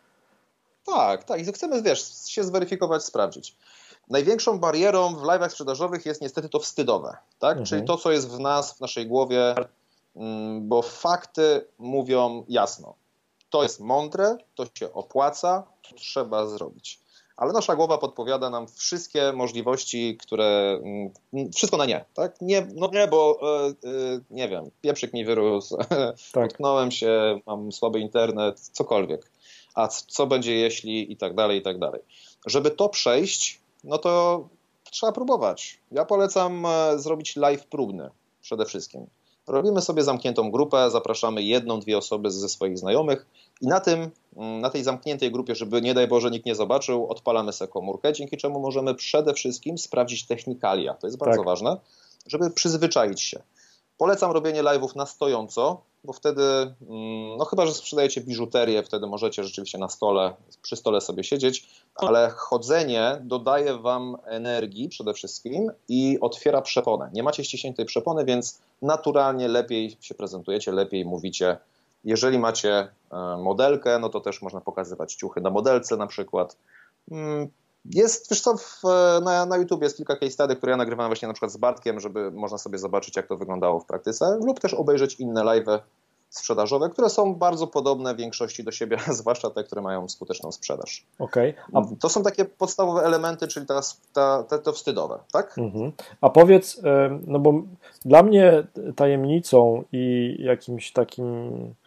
Tak. I chcemy, wiesz, się zweryfikować, sprawdzić. Największą barierą w live'ach sprzedażowych jest niestety to wstydowe, tak? Czyli to, co jest w nas, w naszej głowie, bo fakty mówią jasno. To jest mądre, to się opłaca, to trzeba zrobić. Ale nasza głowa podpowiada nam wszystkie możliwości, które... Wszystko na nie, tak? Nie, bo nie wiem, pieprzyk mi wyrósł, potknąłem się, mam słaby internet, cokolwiek. A co będzie jeśli i tak dalej, i tak dalej. Żeby to przejść, no to trzeba próbować. Ja polecam zrobić live próbny przede wszystkim. Robimy sobie zamkniętą grupę, zapraszamy 1-2 osoby ze swoich znajomych i na tej zamkniętej grupie, żeby nie daj Boże nikt nie zobaczył, odpalamy sobie komórkę, dzięki czemu możemy przede wszystkim sprawdzić technikalia. To jest bardzo ważne, żeby przyzwyczaić się. Polecam robienie live'ów na stojąco, bo wtedy, chyba że sprzedajecie biżuterię, wtedy możecie rzeczywiście na stole, przy stole sobie siedzieć, ale chodzenie dodaje wam energii przede wszystkim i otwiera przeponę. Nie macie ściśniętej przepony, więc naturalnie lepiej się prezentujecie, lepiej mówicie. Jeżeli macie modelkę, no to też można pokazywać ciuchy na modelce na przykład. Jest, wiesz co, na YouTube jest kilka case study, które ja nagrywałem właśnie na przykład z Bartkiem, żeby można sobie zobaczyć, jak to wyglądało w praktyce, lub też obejrzeć inne live'y sprzedażowe, które są bardzo podobne w większości do siebie, zwłaszcza te, które mają skuteczną sprzedaż. Okay. To są takie podstawowe elementy, czyli to wstydowe, tak? A powiedz, bo dla mnie tajemnicą i jakimś takim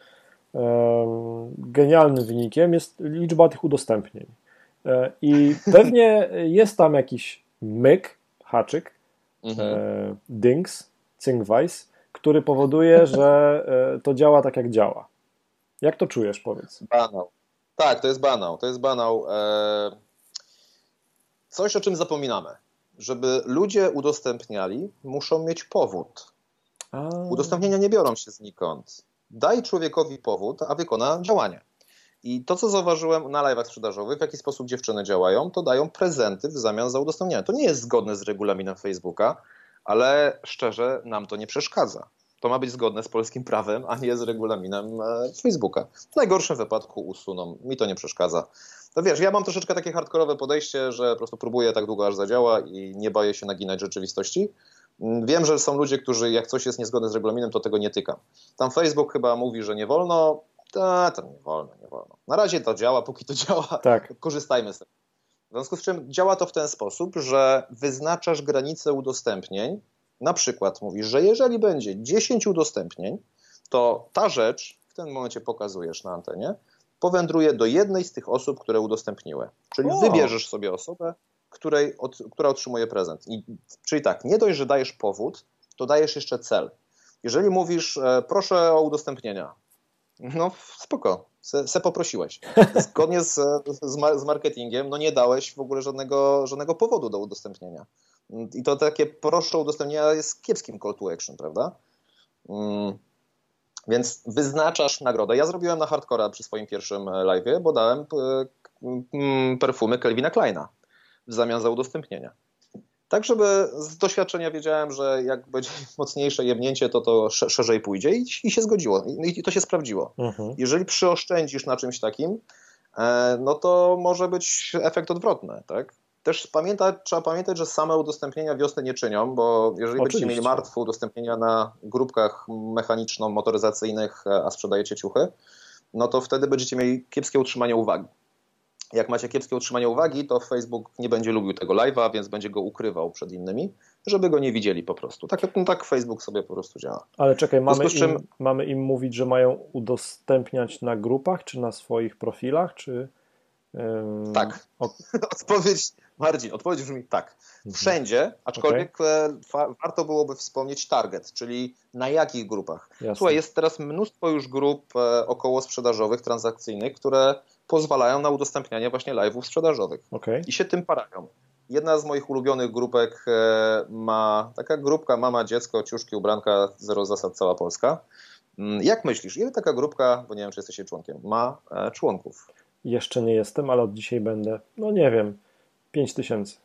genialnym wynikiem jest liczba tych udostępnień. I pewnie jest tam jakiś myk, haczyk, dings, cyngwajs, który powoduje, że to działa tak, jak działa. Jak to czujesz, powiedz? Banał. Tak, to jest banał. Coś, o czym zapominamy. Żeby ludzie udostępniali, muszą mieć powód. Udostępnienia nie biorą się znikąd. Daj człowiekowi powód, a wykona działanie. I to, co zauważyłem na live'ach sprzedażowych, w jaki sposób dziewczyny działają, to dają prezenty w zamian za udostępnienie. To nie jest zgodne z regulaminem Facebooka, ale szczerze nam to nie przeszkadza. To ma być zgodne z polskim prawem, a nie z regulaminem Facebooka. W najgorszym wypadku usuną. Mi to nie przeszkadza. To wiesz, ja mam troszeczkę takie hardkorowe podejście, że po prostu próbuję tak długo, aż zadziała i nie boję się naginać rzeczywistości. Wiem, że są ludzie, którzy jak coś jest niezgodne z regulaminem, to tego nie tykam. Tam Facebook chyba mówi, że nie wolno. To nie wolno. Na razie to działa, póki to działa, korzystajmy z tego. W związku z czym działa to w ten sposób, że wyznaczasz granicę udostępnień. Na przykład mówisz, że jeżeli będzie 10 udostępnień, to ta rzecz, w tym momencie pokazujesz na antenie, powędruje do jednej z tych osób, które udostępniły. Czyli wybierzesz sobie osobę, która otrzymuje prezent. Czyli tak, nie dość, że dajesz powód, to dajesz jeszcze cel. Jeżeli mówisz, proszę o udostępnienia, no spoko, se poprosiłeś. Zgodnie z marketingiem, no nie dałeś w ogóle żadnego powodu do udostępnienia. I to takie proszę o udostępnienia jest kiepskim call to action, prawda? Więc wyznaczasz nagrodę. Ja zrobiłem na hardcora przy swoim pierwszym live'ie, bo dałem perfumy Calvina Kleina w zamian za udostępnienia. Tak, żeby z doświadczenia wiedziałem, że jak będzie mocniejsze jebnięcie, to szerzej pójdzie i się zgodziło. I to się sprawdziło. Jeżeli przyoszczędzisz na czymś takim, no to może być efekt odwrotny, tak? Też trzeba pamiętać, że same udostępnienia wiosny nie czynią, bo jeżeli będziecie mieli martwe udostępnienia na grupkach mechaniczno-motoryzacyjnych, a sprzedajecie ciuchy, no to wtedy będziecie mieli kiepskie utrzymanie uwagi. Jak macie kiepskie utrzymanie uwagi, to Facebook nie będzie lubił tego live'a, więc będzie go ukrywał przed innymi, żeby go nie widzieli po prostu. Tak Facebook sobie po prostu działa. Ale czekaj, mamy im mówić, że mają udostępniać na grupach, czy na swoich profilach, czy... Tak. Odpowiedź brzmi tak. Wszędzie, aczkolwiek warto byłoby wspomnieć target, czyli na jakich grupach. Jasne. Słuchaj, jest teraz mnóstwo już grup około sprzedażowych, transakcyjnych, które pozwalają na udostępnianie właśnie live'ów sprzedażowych. I się tym parają. Jedna z moich ulubionych grupek taka grupka mama, dziecko, ciuszki, ubranka, zero zasad, cała Polska. Jak myślisz, ile taka grupka, bo nie wiem, czy jesteście członkiem, ma członków? Jeszcze nie jestem, ale od dzisiaj będę, no nie wiem, 5000.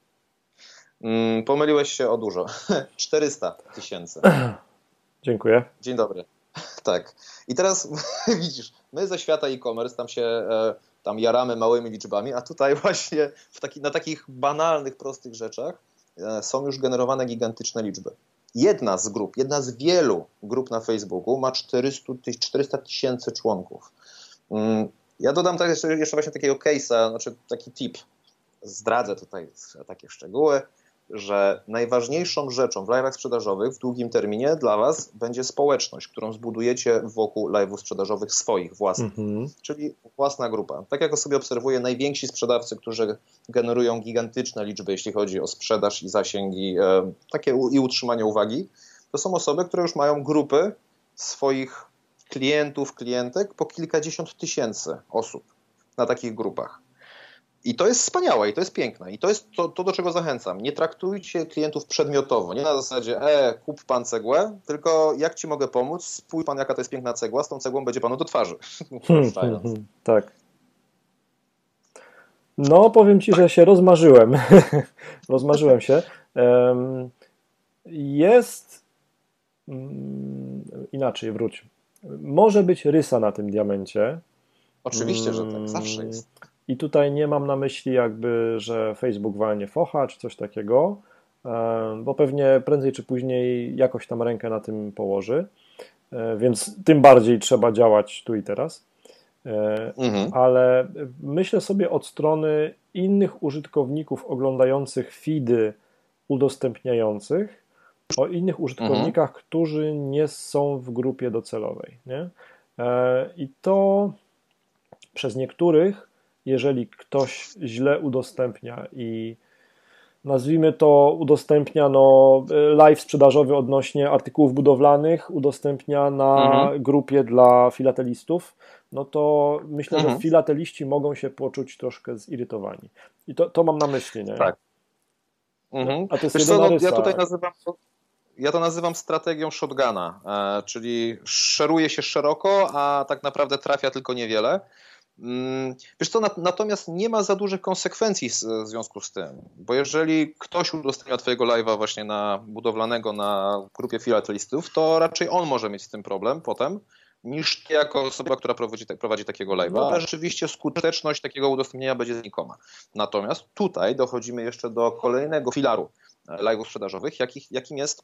Pomyliłeś się o dużo. 400 000. Dziękuję. Dzień dobry. Tak. I teraz widzisz, my ze świata e-commerce tam jaramy małymi liczbami, a tutaj właśnie na takich banalnych, prostych rzeczach są już generowane gigantyczne liczby. Jedna z wielu grup na Facebooku ma 400 000 członków. Ja dodam jeszcze właśnie takiego case'a, znaczy taki tip. Zdradzę tutaj takie szczegóły, że najważniejszą rzeczą w live'ach sprzedażowych w długim terminie dla Was będzie społeczność, którą zbudujecie wokół live'ów sprzedażowych swoich, własnych, czyli własna grupa. Tak jak sobie obserwuję, najwięksi sprzedawcy, którzy generują gigantyczne liczby, jeśli chodzi o sprzedaż i zasięgi, i utrzymanie uwagi, to są osoby, które już mają grupy swoich klientów, klientek po kilkadziesiąt tysięcy osób na takich grupach. I to jest wspaniałe, i to jest piękne. I to jest to, do czego zachęcam. Nie traktujcie klientów przedmiotowo. Nie na zasadzie, kup pan cegłę, tylko jak ci mogę pomóc? Spójrz pan, jaka to jest piękna cegła, z tą cegłą będzie panu do twarzy. Tak. No, powiem ci, że się rozmarzyłem. Rozmarzyłem się. Inaczej, wróć. Może być rysa na tym diamencie. Oczywiście, że tak. Zawsze jest. I tutaj nie mam na myśli jakby, że Facebook walnie focha czy coś takiego, bo pewnie prędzej czy później jakoś tam rękę na tym położy, więc tym bardziej trzeba działać tu i teraz. Ale myślę sobie od strony innych użytkowników oglądających feedy udostępniających, o innych użytkownikach, którzy nie są w grupie docelowej. Nie? I to przez niektórych, jeżeli ktoś źle udostępnia i nazwijmy to udostępnia live sprzedażowy odnośnie artykułów budowlanych, udostępnia na grupie dla filatelistów, no to myślę, że filateliści mogą się poczuć troszkę zirytowani. I to mam na myśli, nie? Tak. A to jest jedyna rysa. Ja to nazywam strategią shotguna, czyli szeruje się szeroko, a tak naprawdę trafia tylko niewiele. Wiesz co, natomiast nie ma za dużych konsekwencji w związku z tym, bo jeżeli ktoś udostępnia twojego live'a właśnie budowlanego na grupie filatelistów, to raczej on może mieć z tym problem potem, niż ty jako osoba, która prowadzi takiego live'a, ale rzeczywiście skuteczność takiego udostępnienia będzie znikoma. Natomiast tutaj dochodzimy jeszcze do kolejnego filaru live'ów sprzedażowych, jakim jest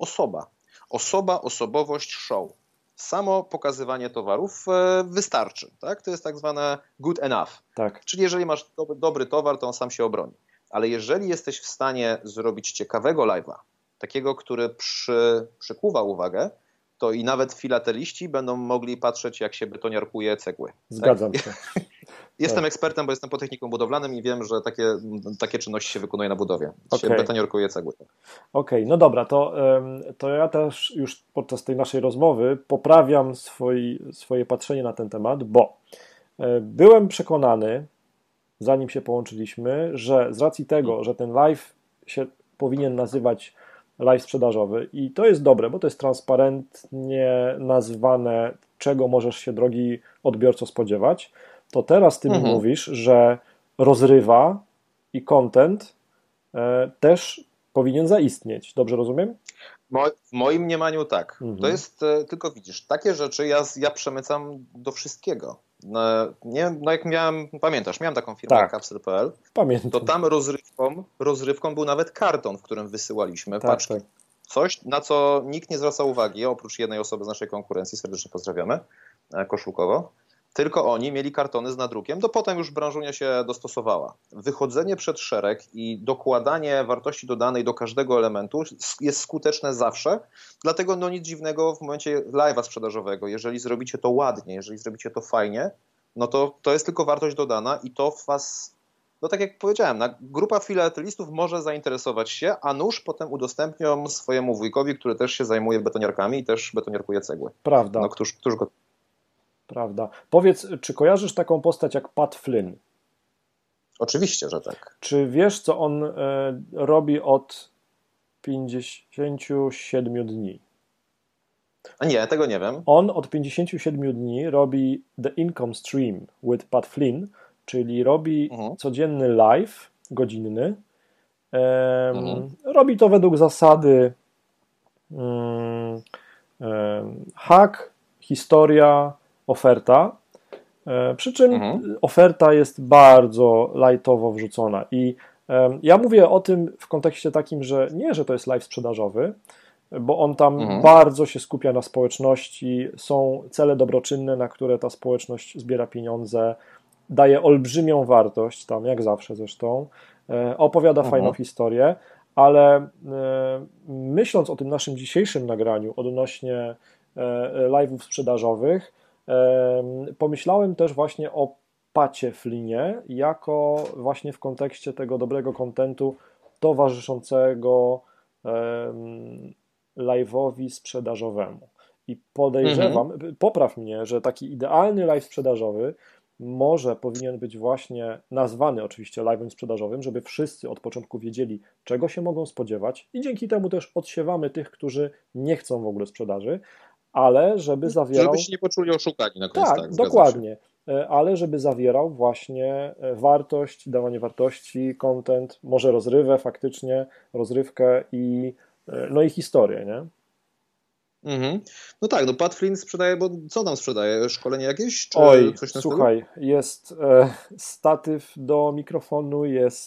osobowość show. Samo pokazywanie towarów wystarczy. Tak? To jest tak zwane good enough. Tak. Czyli jeżeli masz dobry towar, to on sam się obroni. Ale jeżeli jesteś w stanie zrobić ciekawego live'a, takiego, który przykuwa uwagę, to i nawet filateliści będą mogli patrzeć, jak się betoniarkuje cegły. Zgadzam się. Jestem ekspertem, bo jestem po techniką budowlanym i wiem, że takie czynności się wykonuje na budowie. Się betoniarkuje cegły. Okej, no dobra, to ja też już podczas tej naszej rozmowy poprawiam swoje patrzenie na ten temat, bo byłem przekonany, zanim się połączyliśmy, że z racji tego, że ten live się powinien nazywać live sprzedażowy i to jest dobre, bo to jest transparentnie nazwane, czego możesz się, drogi odbiorco, spodziewać, to teraz ty mi mówisz, że rozrywa i content też powinien zaistnieć. Dobrze rozumiem? W moim mniemaniu tak. To jest, tylko widzisz, takie rzeczy ja przemycam do wszystkiego. Nie, no jak pamiętasz, miałem taką firmę Tak. Capsule.pl, Pamiętam. to tam rozrywką był nawet karton, w którym wysyłaliśmy Tak, paczki. tak. Coś, na co nikt nie zwracał uwagi, oprócz jednej osoby z naszej konkurencji, serdecznie pozdrawiamy, koszulkowo. Tylko oni mieli kartony z nadrukiem, to potem już branżunia się dostosowała. Wychodzenie przed szereg i dokładanie wartości dodanej do każdego elementu jest skuteczne zawsze, dlatego no nic dziwnego w momencie live'a sprzedażowego, jeżeli zrobicie to ładnie, jeżeli zrobicie to fajnie, no to jest tylko wartość dodana i to was, no tak jak powiedziałem, grupa filatelistów może zainteresować się, a nuż potem udostępnią swojemu wujkowi, który też się zajmuje betoniarkami i też betoniarkuje cegły. Prawda. No któż go... Prawda. Powiedz, czy kojarzysz taką postać jak Pat Flynn? Oczywiście, że tak. Czy wiesz, co on robi od 57 dni? A nie, tego nie wiem. On od 57 dni robi The Income Stream with Pat Flynn, czyli robi codzienny live, godzinny. Robi to według zasady hack, historia, oferta. Przy czym oferta jest bardzo lightowo wrzucona i ja mówię o tym w kontekście takim, że nie, że to jest live sprzedażowy, bo on tam bardzo się skupia na społeczności, są cele dobroczynne, na które ta społeczność zbiera pieniądze, daje olbrzymią wartość, tam jak zawsze zresztą, opowiada fajną historię, ale myśląc o tym naszym dzisiejszym nagraniu odnośnie live'ów sprzedażowych, pomyślałem też właśnie o Pacie Flynie jako właśnie w kontekście tego dobrego kontentu towarzyszącego live'owi sprzedażowemu. I podejrzewam, popraw mnie, że taki idealny live sprzedażowy powinien być właśnie nazwany oczywiście live'em sprzedażowym, żeby wszyscy od początku wiedzieli, czego się mogą spodziewać i dzięki temu też odsiewamy tych, którzy nie chcą w ogóle sprzedaży, ale żeby zawierał... Żeby się nie poczuli oszukani na koniec. Tak, dokładnie. Ale żeby zawierał właśnie wartość, dawanie wartości, content, może rozrywkę i historię, nie? No tak, no Pat Flynn sprzedaje, bo co tam sprzedaje? Szkolenie jakieś? Czy Oj, coś na słuchaj, jest statyw do mikrofonu,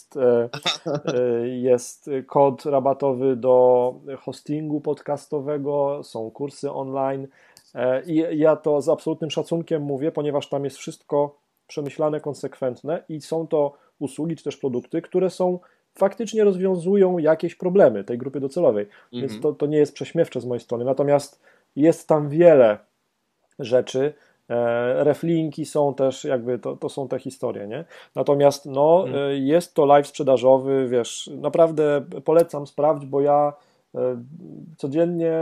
jest kod rabatowy do hostingu podcastowego, są kursy online i ja to z absolutnym szacunkiem mówię, ponieważ tam jest wszystko przemyślane, konsekwentne i są to usługi czy też produkty, które faktycznie rozwiązują jakieś problemy tej grupy docelowej, więc to nie jest prześmiewcze z mojej strony, natomiast jest tam wiele rzeczy, reflinki są też jakby, to są te historie, nie? Natomiast jest to live sprzedażowy, wiesz, naprawdę polecam, sprawdź, bo ja codziennie,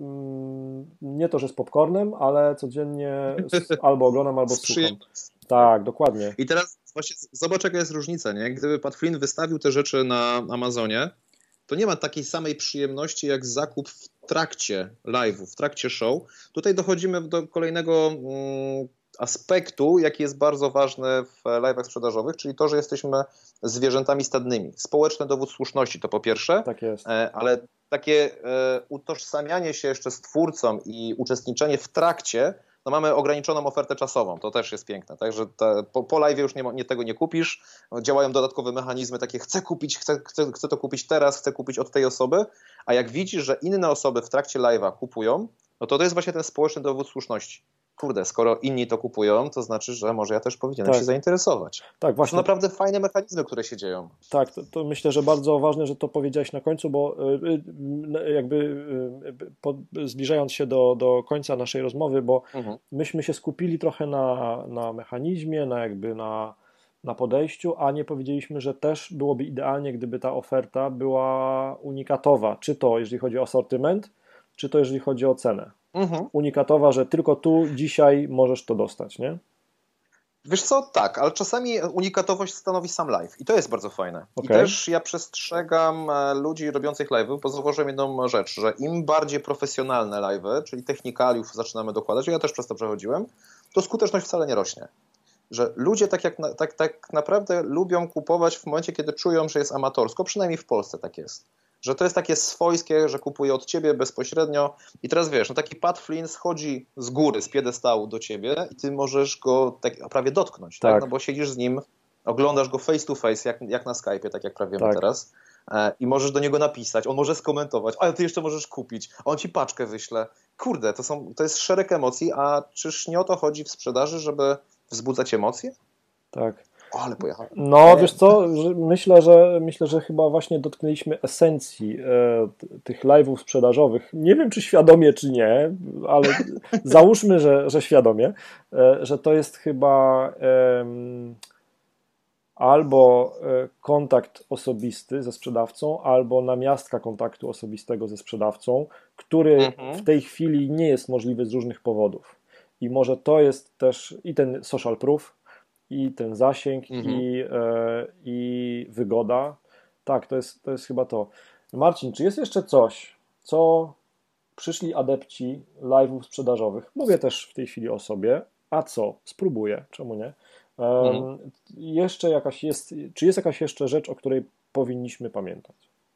nie to, że z popcornem, ale codziennie albo oglądam, albo słucham. Tak, dokładnie. I teraz właśnie zobacz, jaka jest różnica, nie? Gdyby Pat Flynn wystawił te rzeczy na Amazonie, to nie ma takiej samej przyjemności jak zakup w trakcie live'u, w trakcie show. Tutaj dochodzimy do kolejnego aspektu, jaki jest bardzo ważny w live'ach sprzedażowych, czyli to, że jesteśmy zwierzętami stadnymi. Społeczny dowód słuszności to po pierwsze, tak jest. Ale takie utożsamianie się jeszcze z twórcą i uczestniczenie w trakcie, no mamy ograniczoną ofertę czasową, to też jest piękne, także po live już tego nie kupisz, działają dodatkowe mechanizmy takie chcę kupić, chcę to kupić teraz, chcę kupić od tej osoby, a jak widzisz, że inne osoby w trakcie live'a kupują, no to jest właśnie ten społeczny dowód słuszności. Kurde, skoro inni to kupują, to znaczy, że może ja też powinienem się zainteresować. Tak, właśnie. To są naprawdę fajne mechanizmy, które się dzieją. Tak, to myślę, że bardzo ważne, że to powiedziałeś na końcu, bo jakby zbliżając się do końca naszej rozmowy, bo myśmy się skupili trochę na mechanizmie, na podejściu, a nie powiedzieliśmy, że też byłoby idealnie, gdyby ta oferta była unikatowa, czy to jeżeli chodzi o asortyment, czy to jeżeli chodzi o cenę. Unikatowa, że tylko tu dzisiaj możesz to dostać, nie? Wiesz co, tak, ale czasami unikatowość stanowi sam live i to jest bardzo fajne. Okay. I też ja przestrzegam ludzi robiących live'y, bo zauważyłem jedną rzecz, że im bardziej profesjonalne live'y, czyli technikaliów zaczynamy dokładać, ja też przez to przechodziłem, to skuteczność wcale nie rośnie. Że ludzie tak naprawdę lubią kupować w momencie, kiedy czują, że jest amatorsko, przynajmniej w Polsce tak jest. że to jest takie swojskie, że kupuje od ciebie bezpośrednio i teraz wiesz, no taki Pat Flynn schodzi z góry, z piedestału do ciebie i ty możesz go tak prawie dotknąć, tak? No bo siedzisz z nim, oglądasz go face to face, jak na Skype'ie, tak jak prawie my teraz i możesz do niego napisać, on może skomentować, ale ty jeszcze możesz kupić, a on ci paczkę wyśle. Kurde, to jest szereg emocji, a czyż nie o to chodzi w sprzedaży, żeby wzbudzać emocje? Tak. O, ale pojechałem. No, wiesz co, myślę, że chyba właśnie dotknęliśmy esencji tych live'ów sprzedażowych. Nie wiem, czy świadomie, czy nie, ale załóżmy, że świadomie, że to jest chyba albo kontakt osobisty ze sprzedawcą, albo namiastka kontaktu osobistego ze sprzedawcą, który w tej chwili nie jest możliwy z różnych powodów. I może to jest też i ten social proof, i ten zasięg, i wygoda. Tak, to jest chyba to. Marcin, czy jest jeszcze coś, co przyszli adepci live'ów sprzedażowych? Mówię też w tej chwili o sobie. A co? Spróbuję, czemu nie? Czy jest jakaś jeszcze rzecz, o której powinniśmy pamiętać?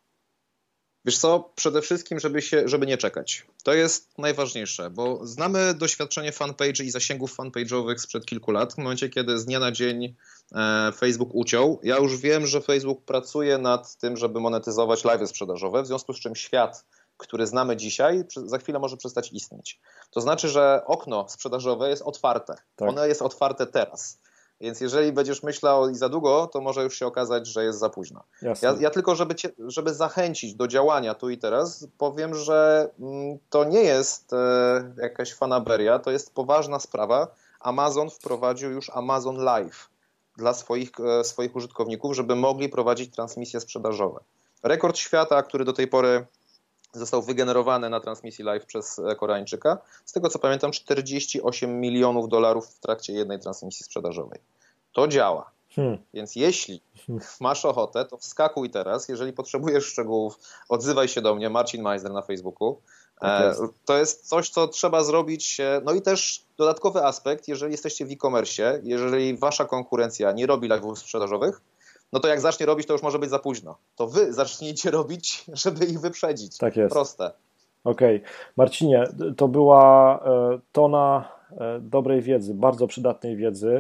Wiesz co, przede wszystkim, żeby nie czekać. To jest najważniejsze, bo znamy doświadczenie fanpage i zasięgów fanpage'owych sprzed kilku lat. W momencie, kiedy z dnia na dzień Facebook uciął, ja już wiem, że Facebook pracuje nad tym, żeby monetyzować live'y sprzedażowe, w związku z czym świat, który znamy dzisiaj, za chwilę może przestać istnieć. To znaczy, że okno sprzedażowe jest otwarte. Tak. Ono jest otwarte teraz. Więc jeżeli będziesz myślał i za długo, to może już się okazać, że jest za późno. Ja tylko, żeby zachęcić do działania tu i teraz, powiem, że to nie jest jakaś fanaberia, to jest poważna sprawa. Amazon wprowadził już Amazon Live dla swoich użytkowników, żeby mogli prowadzić transmisje sprzedażowe. Rekord świata, który do tej pory został wygenerowany na transmisji live przez Koreańczyka. Z tego co pamiętam, $48 milionów w trakcie jednej transmisji sprzedażowej. To działa. Więc jeśli masz ochotę, to wskakuj teraz. Jeżeli potrzebujesz szczegółów, odzywaj się do mnie, Marcin Meisner na Facebooku. To jest coś, co trzeba zrobić. No i też dodatkowy aspekt, jeżeli jesteście w e-commerce, jeżeli wasza konkurencja nie robi live'ów sprzedażowych, no to jak zacznie robić, to już może być za późno. To wy zacznijcie robić, żeby ich wyprzedzić. Tak jest. Proste. Okej. Marcinie, to była tona dobrej wiedzy, bardzo przydatnej wiedzy.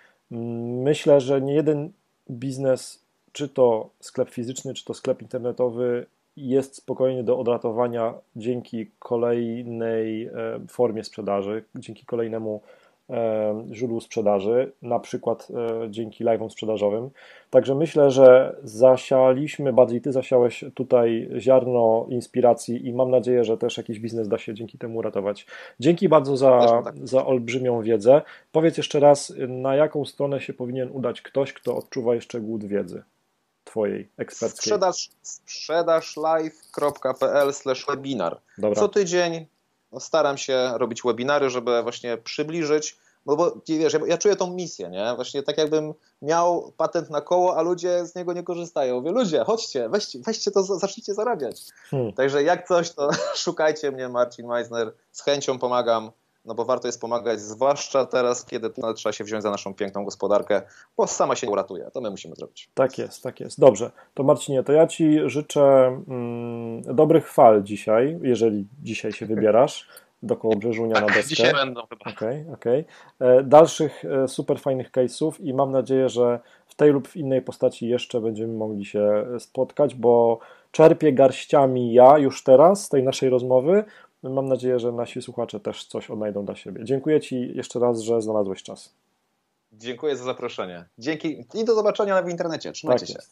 Myślę, że nie jeden biznes, czy to sklep fizyczny, czy to sklep internetowy, jest spokojnie do odratowania dzięki kolejnej formie sprzedaży, dzięki kolejnemu źródłu sprzedaży, na przykład dzięki live'om sprzedażowym. Także myślę, że bardziej ty zasiałeś tutaj ziarno inspiracji i mam nadzieję, że też jakiś biznes da się dzięki temu uratować. Dzięki bardzo za olbrzymią wiedzę. Powiedz jeszcze raz, na jaką stronę się powinien udać ktoś, kto odczuwa jeszcze głód wiedzy twojej eksperckiej. sprzedażlive.pl/webinar. Co tydzień staram się robić webinary, żeby właśnie przybliżyć, bo wiesz, ja czuję tą misję, nie? Właśnie tak jakbym miał patent na koło, a ludzie z niego nie korzystają. Mówię, ludzie, chodźcie, weźcie to, zacznijcie zarabiać. Także jak coś, to szukajcie mnie, Marcin Meisner, z chęcią pomagam, no bo warto jest pomagać, zwłaszcza teraz, kiedy trzeba się wziąć za naszą piękną gospodarkę, bo sama się uratuje, to my musimy zrobić. Tak jest. Dobrze, to Marcinie, to ja Ci życzę dobrych fal dzisiaj, jeżeli dzisiaj się wybierasz do Kołobrzegu na deskę. Dzisiaj będą chyba. Okej. Dalszych super fajnych case'ów i mam nadzieję, że w tej lub w innej postaci jeszcze będziemy mogli się spotkać, bo czerpię garściami ja już teraz z tej naszej rozmowy. Mam nadzieję, że nasi słuchacze też coś odnajdą dla siebie. Dziękuję Ci jeszcze raz, że znalazłeś czas. Dziękuję za zaproszenie. Dzięki i do zobaczenia w internecie. Trzymajcie się.